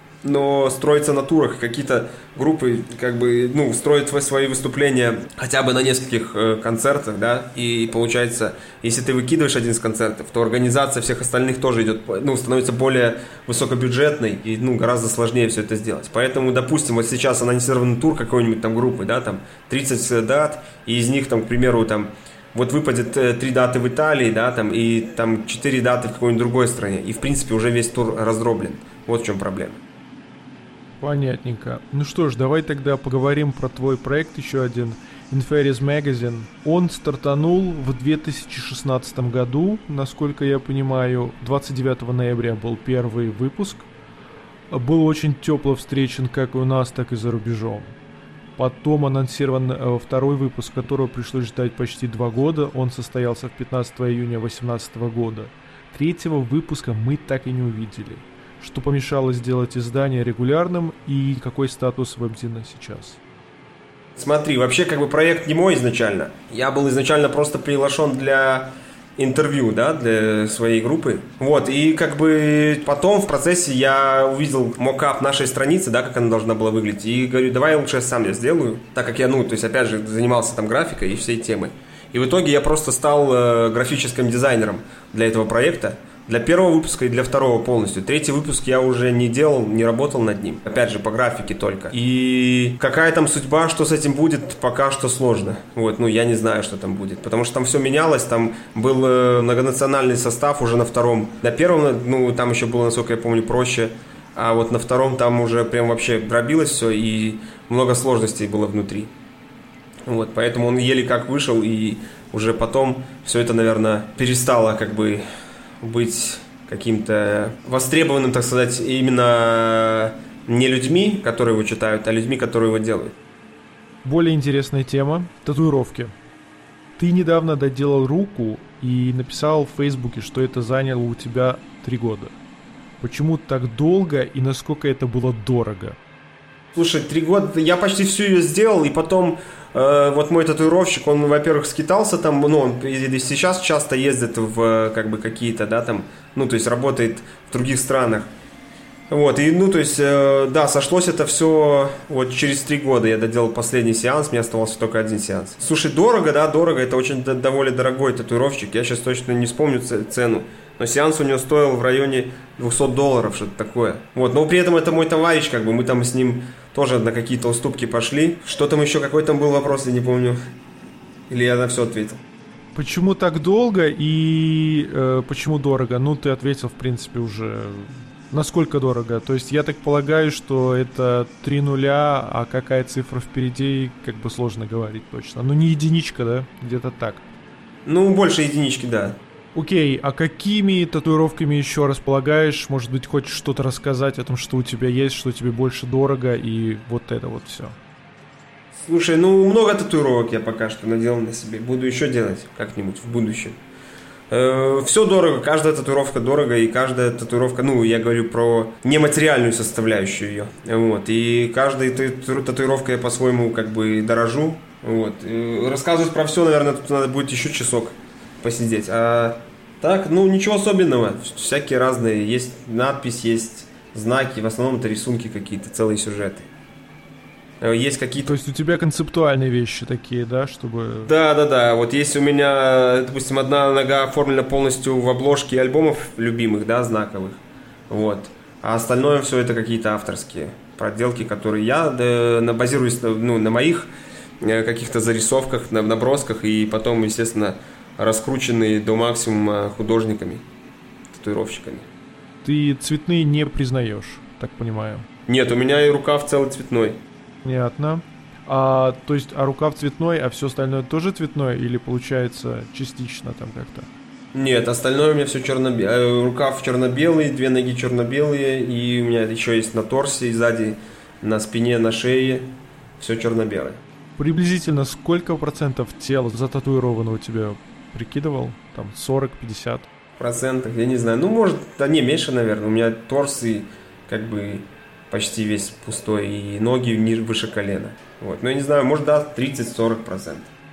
но строится на турах, какие-то группы, как бы, ну, строят свои выступления хотя бы на нескольких концертах, да, и получается, если ты выкидываешь один из концертов, то организация всех остальных тоже идет, ну, становится более высокобюджетной и, ну, гораздо сложнее все это сделать. Поэтому, допустим, вот сейчас анонсирован тур какой-нибудь там группы, да, там 30 дат, и из них, там, к примеру, там, вот выпадет 3 даты в Италии, да, там, и там 4 даты в какой-нибудь другой стране, и, в принципе, уже весь тур раздроблен. Вот в чем проблема. Понятненько. Ну что ж, давай тогда поговорим про твой проект еще один, Inferis Magazine. Он стартанул в 2016 году, насколько я понимаю, 29 ноября был первый выпуск. Был очень тепло встречен как у нас, так и за рубежом. Потом анонсирован второй выпуск, которого пришлось ждать почти 2 года. Он состоялся в 15 июня 2018 года. Третьего выпуска мы так и не увидели. Что помешало сделать издание регулярным и какой статус вебзина сейчас? Смотри, вообще, как бы, проект не мой изначально. Я был изначально просто приглашен для интервью, да, для своей группы. Вот, и как бы потом в процессе я увидел мокап нашей страницы, да, как она должна была выглядеть, и говорю: давай лучше я сам сделаю, так как я, ну, то есть, опять же, занимался там графикой и всей темой. И в итоге я просто стал графическим дизайнером для этого проекта. Для первого выпуска и для второго полностью. Третий выпуск я уже не делал, не работал над ним. Опять же, по графике только. И какая там судьба, что с этим будет, пока что сложно. Вот, ну, я не знаю, что там будет. Потому что там все менялось, там был многонациональный состав уже на втором. На первом, ну, там еще было, насколько я помню, проще. А вот на втором там уже прям вообще дробилось все, и много сложностей было внутри. Вот, поэтому он еле как вышел, и уже потом все это, наверное, перестало, как бы, быть каким-то востребованным, так сказать, именно не людьми, которые его читают, а людьми, которые его делают. Более интересная тема – татуировки. Ты недавно доделал руку и написал в Фейсбуке, что это заняло у тебя 3 года. Почему так долго и насколько это было дорого? Слушай, 3 года, я почти всю ее сделал, и потом вот мой татуировщик, он, во-первых, скитался там, ну, он сейчас часто ездит в, как бы, какие-то, да, там, ну, то есть работает в других странах. Вот, и, ну, то есть, да, сошлось это все вот через 3 года я доделал последний сеанс, мне оставался только 1 сеанс. Слушай, дорого, да, дорого, это очень довольно дорогой татуировщик, я сейчас точно не вспомню цену, но сеанс у него стоил в районе $200, что-то такое. Вот, но при этом это мой товарищ, как бы, мы там с ним тоже на какие-то уступки пошли. Что там еще, какой там был вопрос, я не помню. Или я на все ответил? Почему так долго и почему дорого? Ну, ты ответил, в принципе, уже... Насколько дорого? То есть я так полагаю, что это 3 нуля, а какая цифра впереди, как бы сложно говорить точно. Ну не единичка, да? Где-то так. Ну, больше единички, да. Окей, а какими татуировками еще располагаешь? Может быть, хочешь что-то рассказать о том, что у тебя есть, что тебе больше дорого, и вот это вот все? Слушай, ну много татуировок я пока что наделал на себе. Буду еще делать как-нибудь в будущем. Все дорого, каждая татуировка дорого, и каждая татуировка, ну, я говорю про нематериальную составляющую ее, вот, и каждой татуировкой я по-своему как бы дорожу, вот, и рассказывать про все, наверное, тут надо будет еще часок посидеть, а так, ну, ничего особенного, всякие разные, есть надпись, есть знаки, в основном это рисунки какие-то, целые сюжеты. Есть какие-то... То есть у тебя концептуальные вещи такие, да, чтобы... Да, вот есть у меня, допустим, одна нога оформлена полностью в обложке альбомов любимых, да, знаковых, вот, а остальное все это какие-то авторские проделки, которые я базируюсь на моих каких-то зарисовках, на набросках, и потом, естественно, раскрученные до максимума художниками, татуировщиками. Ты цветные не признаешь, так понимаю? Нет, у меня и рукав целый цветной. Понятно. То есть, рукав цветной, а все остальное тоже цветное? Или получается частично там как-то? Нет, остальное у меня все черно-белое. Рукав черно-белый, 2 ноги черно-белые, и у меня еще есть на торсе, и сзади, на спине, на шее, все черно-белое. Приблизительно сколько процентов тела зататуировано у тебя прикидывал? Там 40-50? Процентов, я не знаю. Ну, может, да не, меньше, наверное. У меня торс и как бы почти весь пустой, и ноги выше колена. Вот. Ну, я не знаю, может, да, 30-40%.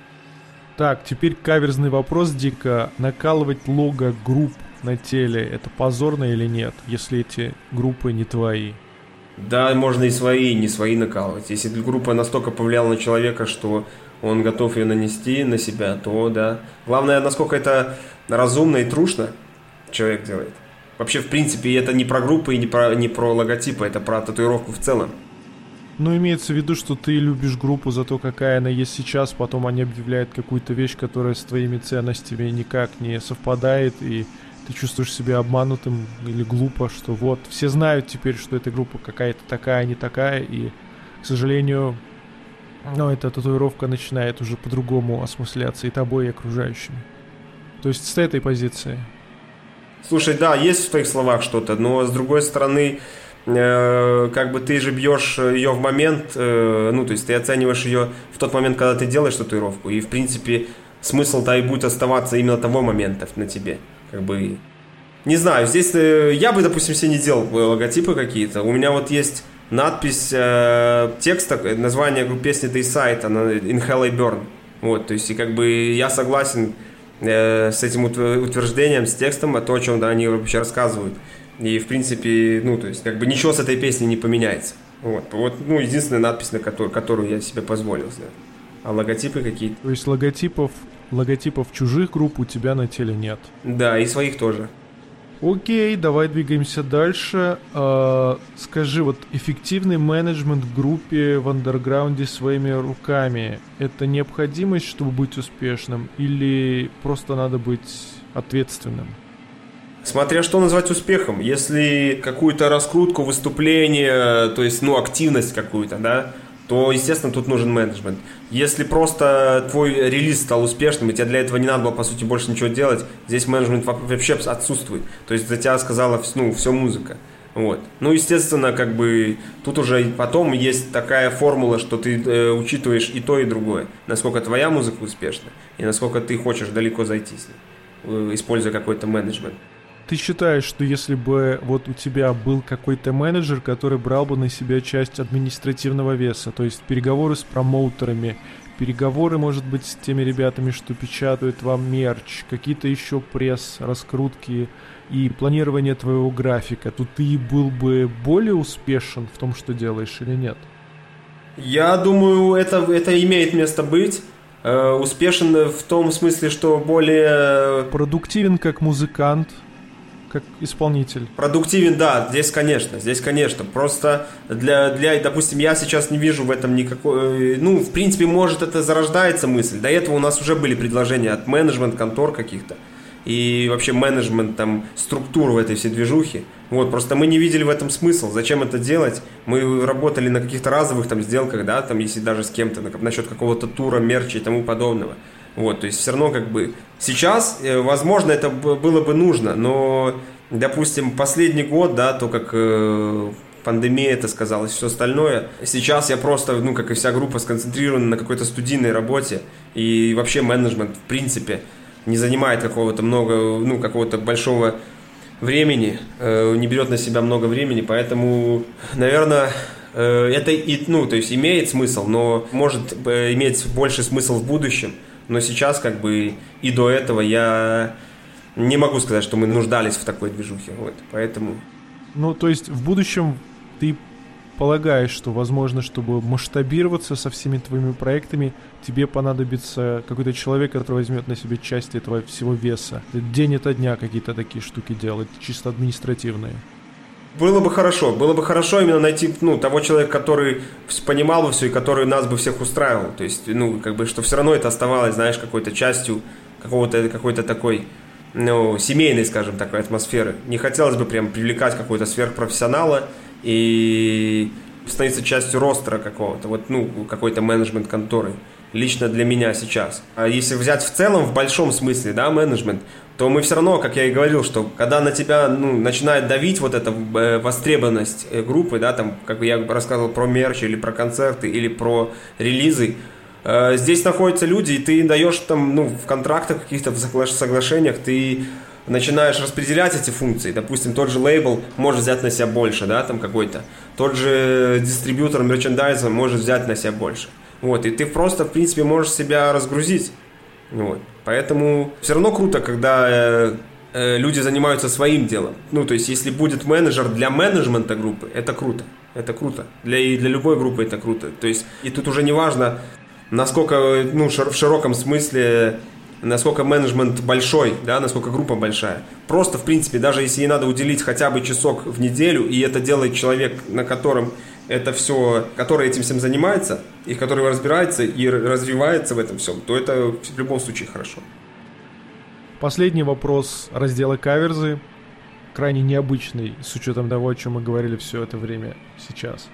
Так, теперь каверзный вопрос дико. Накалывать лого групп на теле, это позорно или нет, если эти группы не твои? Да, можно и свои, и не свои накалывать. Если группа настолько повлияла на человека, что он готов ее нанести на себя, то да. Главное, насколько это разумно и трушно человек делает. Вообще, в принципе, это не про группы и не про логотипы, это про татуировку в целом. Ну, имеется в виду, что ты любишь группу за то, какая она есть сейчас, потом они объявляют какую-то вещь, которая с твоими ценностями никак не совпадает, и ты чувствуешь себя обманутым или глупо, что вот, все знают теперь, что эта группа какая-то такая, не такая, и, к сожалению, ну, эта татуировка начинает уже по-другому осмысляться и тобой, и окружающими. То есть с этой позиции. Слушай, да, есть в твоих словах что-то, но с другой стороны, как бы ты же бьешь ее в момент, ну, то есть ты оцениваешь ее в тот момент, когда ты делаешь татуировку, и, в принципе, смысл-то и будет оставаться именно того момента на тебе, как бы, не знаю, здесь я бы, допустим, себе не делал логотипы какие-то, у меня вот есть надпись текста, название песни Dayside, она Inhale I Burn, вот, то есть, и как бы я согласен с этим утверждением, с текстом, то, о чем да, они вообще рассказывают. И, в принципе, ну, то есть, как бы ничего с этой песней не поменяется. Вот, ну, единственная надпись, на которую я себе позволил сделать. А логотипы какие-то. То есть логотипов чужих групп у тебя на теле нет? Да, и своих тоже. Окей, давай двигаемся дальше. Скажи, вот эффективный менеджмент в группе в андерграунде своими руками — это необходимость, чтобы быть успешным, или просто надо быть ответственным? Смотря что назвать успехом. Если какую-то раскрутку, выступление, то есть, ну, активность какую-то, да, то, естественно, тут нужен менеджмент. Если просто твой релиз стал успешным, и тебе для этого не надо было, по сути, больше ничего делать, здесь менеджмент вообще отсутствует. То есть за тебя сказала, ну, все музыка. Вот. Ну, естественно, как бы тут уже потом есть такая формула, что ты учитываешь и то, и другое. Насколько твоя музыка успешна, и насколько ты хочешь далеко зайти с ней, используя какой-то менеджмент. Ты считаешь, что если бы вот у тебя был какой-то менеджер, который брал бы на себя часть административного веса, то есть переговоры с промоутерами, переговоры, может быть, с теми ребятами, что печатают вам мерч, какие-то еще пресс, раскрутки и планирование твоего графика, то ты был бы более успешен в том, что делаешь, или нет? Я думаю, это имеет место быть. Успешен в том смысле, что более... Продуктивен как музыкант, как исполнитель. Продуктивен, да, здесь, конечно. Просто допустим, я сейчас не вижу в этом никакой... Ну, в принципе, может, это зарождается мысль. До этого у нас уже были предложения от менеджмент-контор каких-то. И вообще менеджмент, там, структур в этой всей движухе. Вот, просто мы не видели в этом смысл. Зачем это делать? Мы работали на каких-то разовых там сделках, да, там, если даже с кем-то, насчет какого-то тура, мерча и тому подобного. Вот, то есть все равно как бы сейчас, возможно, это было бы нужно, но, допустим, последний год, да, то как пандемия это сказалось, все остальное. Сейчас я просто, ну, как и вся группа, сконцентрирован на какой-то студийной работе, и вообще менеджмент, в принципе, не занимает какого-то большого времени, не берет на себя много времени, поэтому, наверное, это то есть имеет смысл, но может иметь больше смысл в будущем. Но сейчас, как бы, и до этого я не могу сказать, что мы нуждались в такой движухе. Вот, поэтому... Ну, то есть в будущем ты полагаешь, что, возможно, чтобы масштабироваться со всеми твоими проектами, тебе понадобится какой-то человек, который возьмет на себя часть этого всего веса. День ото дня какие-то такие штуки делать, чисто административные. Было бы хорошо именно найти, того человека, который понимал бы все и который нас бы всех устраивал. То есть, как бы, что все равно это оставалось, знаешь, какой-то частью какой-то такой, семейной, скажем, такой атмосферы. Не хотелось бы прям привлекать какого-то сверхпрофессионала и становиться частью ростера какого-то, какой-то менеджмент конторы. Лично для меня сейчас. А если взять в целом, в большом смысле, да, менеджмент, то мы все равно, как я и говорил, что когда на тебя, начинает давить вот эта востребованность группы, да, там, как я рассказывал про мерч или про концерты, или про релизы, здесь находятся люди, и ты даешь там, в контрактах каких-то, в соглашениях, ты начинаешь распределять эти функции. Допустим, тот же лейбл может взять на себя больше, да, там какой-то. Тот же дистрибьютор мерчендайза может взять на себя больше. Вот, и ты просто, в принципе, можешь себя разгрузить. Вот. Поэтому все равно круто, когда люди занимаются своим делом. То есть, если будет менеджер для менеджмента группы, это круто. Это круто. И для любой группы это круто. То есть, и тут уже не важно, насколько, в широком смысле, насколько менеджмент большой, да, насколько группа большая. Просто, в принципе, даже если ей надо уделить хотя бы часок в неделю, и это делает человек, на котором это все, который этим всем занимается, и который разбирается и развивается в этом всем, то это в любом случае хорошо. Последний вопрос раздела каверзы, крайне необычный, с учетом того, о чем мы говорили все это время сейчас.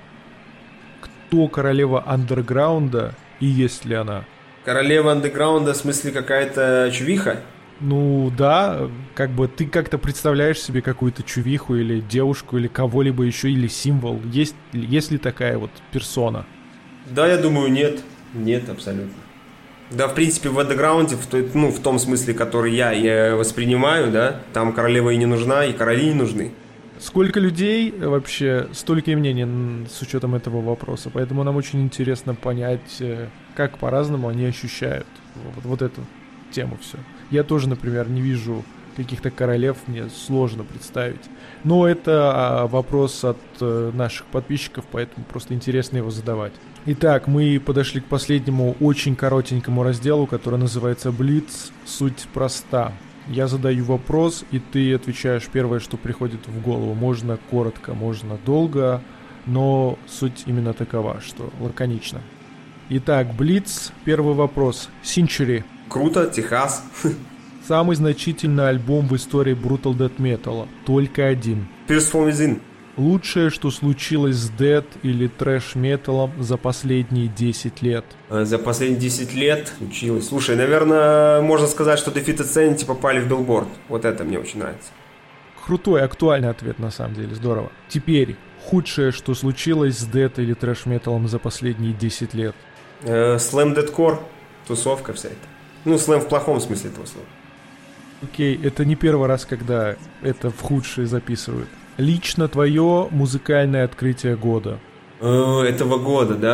Кто королева андерграунда и есть ли она? Королева андерграунда в смысле какая-то чувиха? Ну да, как бы ты как-то представляешь себе какую-то чувиху или девушку, или кого-либо еще, или символ. Есть ли такая вот персона? Да, я думаю, нет. Нет, абсолютно. Да, в принципе, в андеграунде, в том смысле, который я воспринимаю, да, там королева и не нужна, и короли не нужны. Сколько людей вообще, столько и мнений с учетом этого вопроса. Поэтому нам очень интересно понять, как по-разному они ощущают вот эту тему все. Я тоже, например, не вижу каких-то королев, мне сложно представить. Но это вопрос от наших подписчиков, поэтому просто интересно его задавать. Итак, мы подошли к последнему очень коротенькому разделу, который называется «Блиц». Суть проста. Я задаю вопрос, и ты отвечаешь первое, что приходит в голову. Можно коротко, можно долго, но суть именно такова, что лаконично. Итак, Блиц, первый вопрос. Century. Круто, Техас. Самый значительный альбом в истории Brutal Death Metal. Только один. Pierce from Within. Лучшее, что случилось с Death или трэш-металом за последние 10 лет. За последние 10 лет случилось. Слушай, наверное, можно сказать, что Defeated Sanity попали в Billboard. Вот это мне очень нравится. Крутой, актуальный ответ, на самом деле. Здорово. Теперь, худшее, что случилось с Death или трэш-металом за последние 10 лет. Slam Deathcore. Тусовка вся эта. Слэм в плохом смысле этого слова. Окей, это не первый раз, когда это в худшие записывают. Лично твое музыкальное открытие года. Этого года, да?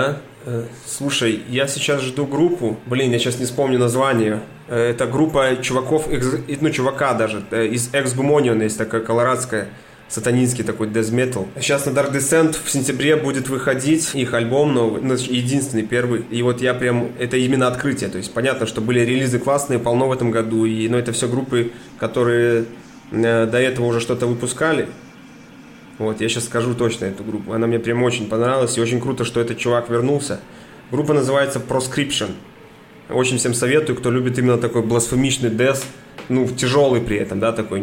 Слушай, я сейчас жду группу, я сейчас не вспомню название. Это группа чуваков, чувака даже, из Exgumonion, есть такая колорадская, сатанинский такой death metal. Сейчас на Dark Descent в сентябре будет выходить их альбом новый, единственный, первый. И вот я прям, это именно открытие. То есть понятно, что были релизы классные, полно в этом году. Но это все группы, которые до этого уже что-то выпускали. Вот, я сейчас скажу точно эту группу. Она мне прям очень понравилась. И очень круто, что этот чувак вернулся. Группа называется Proscription. Очень всем советую, кто любит именно такой бласфемичный death. Тяжелый при этом, да, такой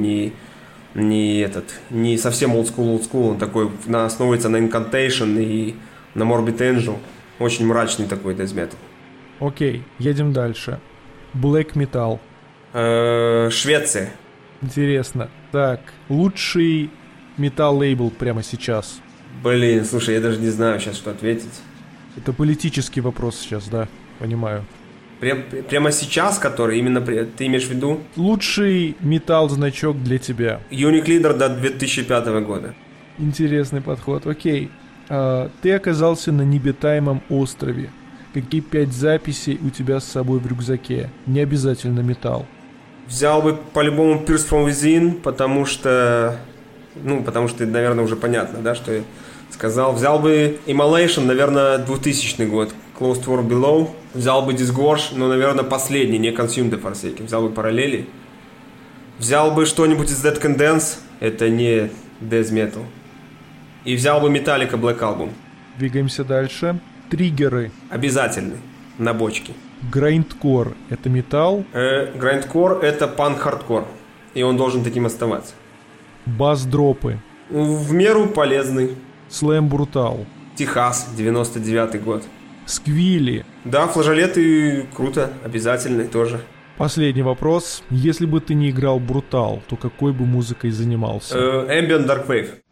не совсем олдскул, он такой основывается на Incantation и на Morbid Angel. Очень мрачный такой death metal. Окей, едем дальше. Black Metal. Швеция. Интересно. Так, лучший метал-лейбл прямо сейчас. Слушай, я даже не знаю сейчас, что ответить. Это политический вопрос сейчас, да, понимаю. Прямо сейчас, который именно ты имеешь в виду? Лучший металл-значок для тебя. Unique Leader до 2005 года. Интересный подход, окей. Ты оказался на необитаемом острове. Какие 5 записей у тебя с собой в рюкзаке? Не обязательно металл. Взял бы по-любому Pierce from Within, потому что, наверное, уже понятно, да, что я сказал. Взял бы Immolation, наверное, 2000 год, Closed War Below. Взял бы Disgorge, наверное, последний, не Consumed the Forsaken. Взял бы Параллели. Взял бы что-нибудь из Dead Can Dance, это не Death Metal. И взял бы Metallica Black Album. Двигаемся дальше. Триггеры. Обязательный, на бочке. Грайндкор – это металл? Грайндкор – это панк-хардкор. И он должен таким оставаться. Бас-дропы. В меру полезный. Слэм-брутал. Техас, 99-й год. Сквилли. Да, флажолеты круто, обязательный тоже. Последний вопрос. Если бы ты не играл брутал, то какой бы музыкой занимался? Ambient Dark Wave.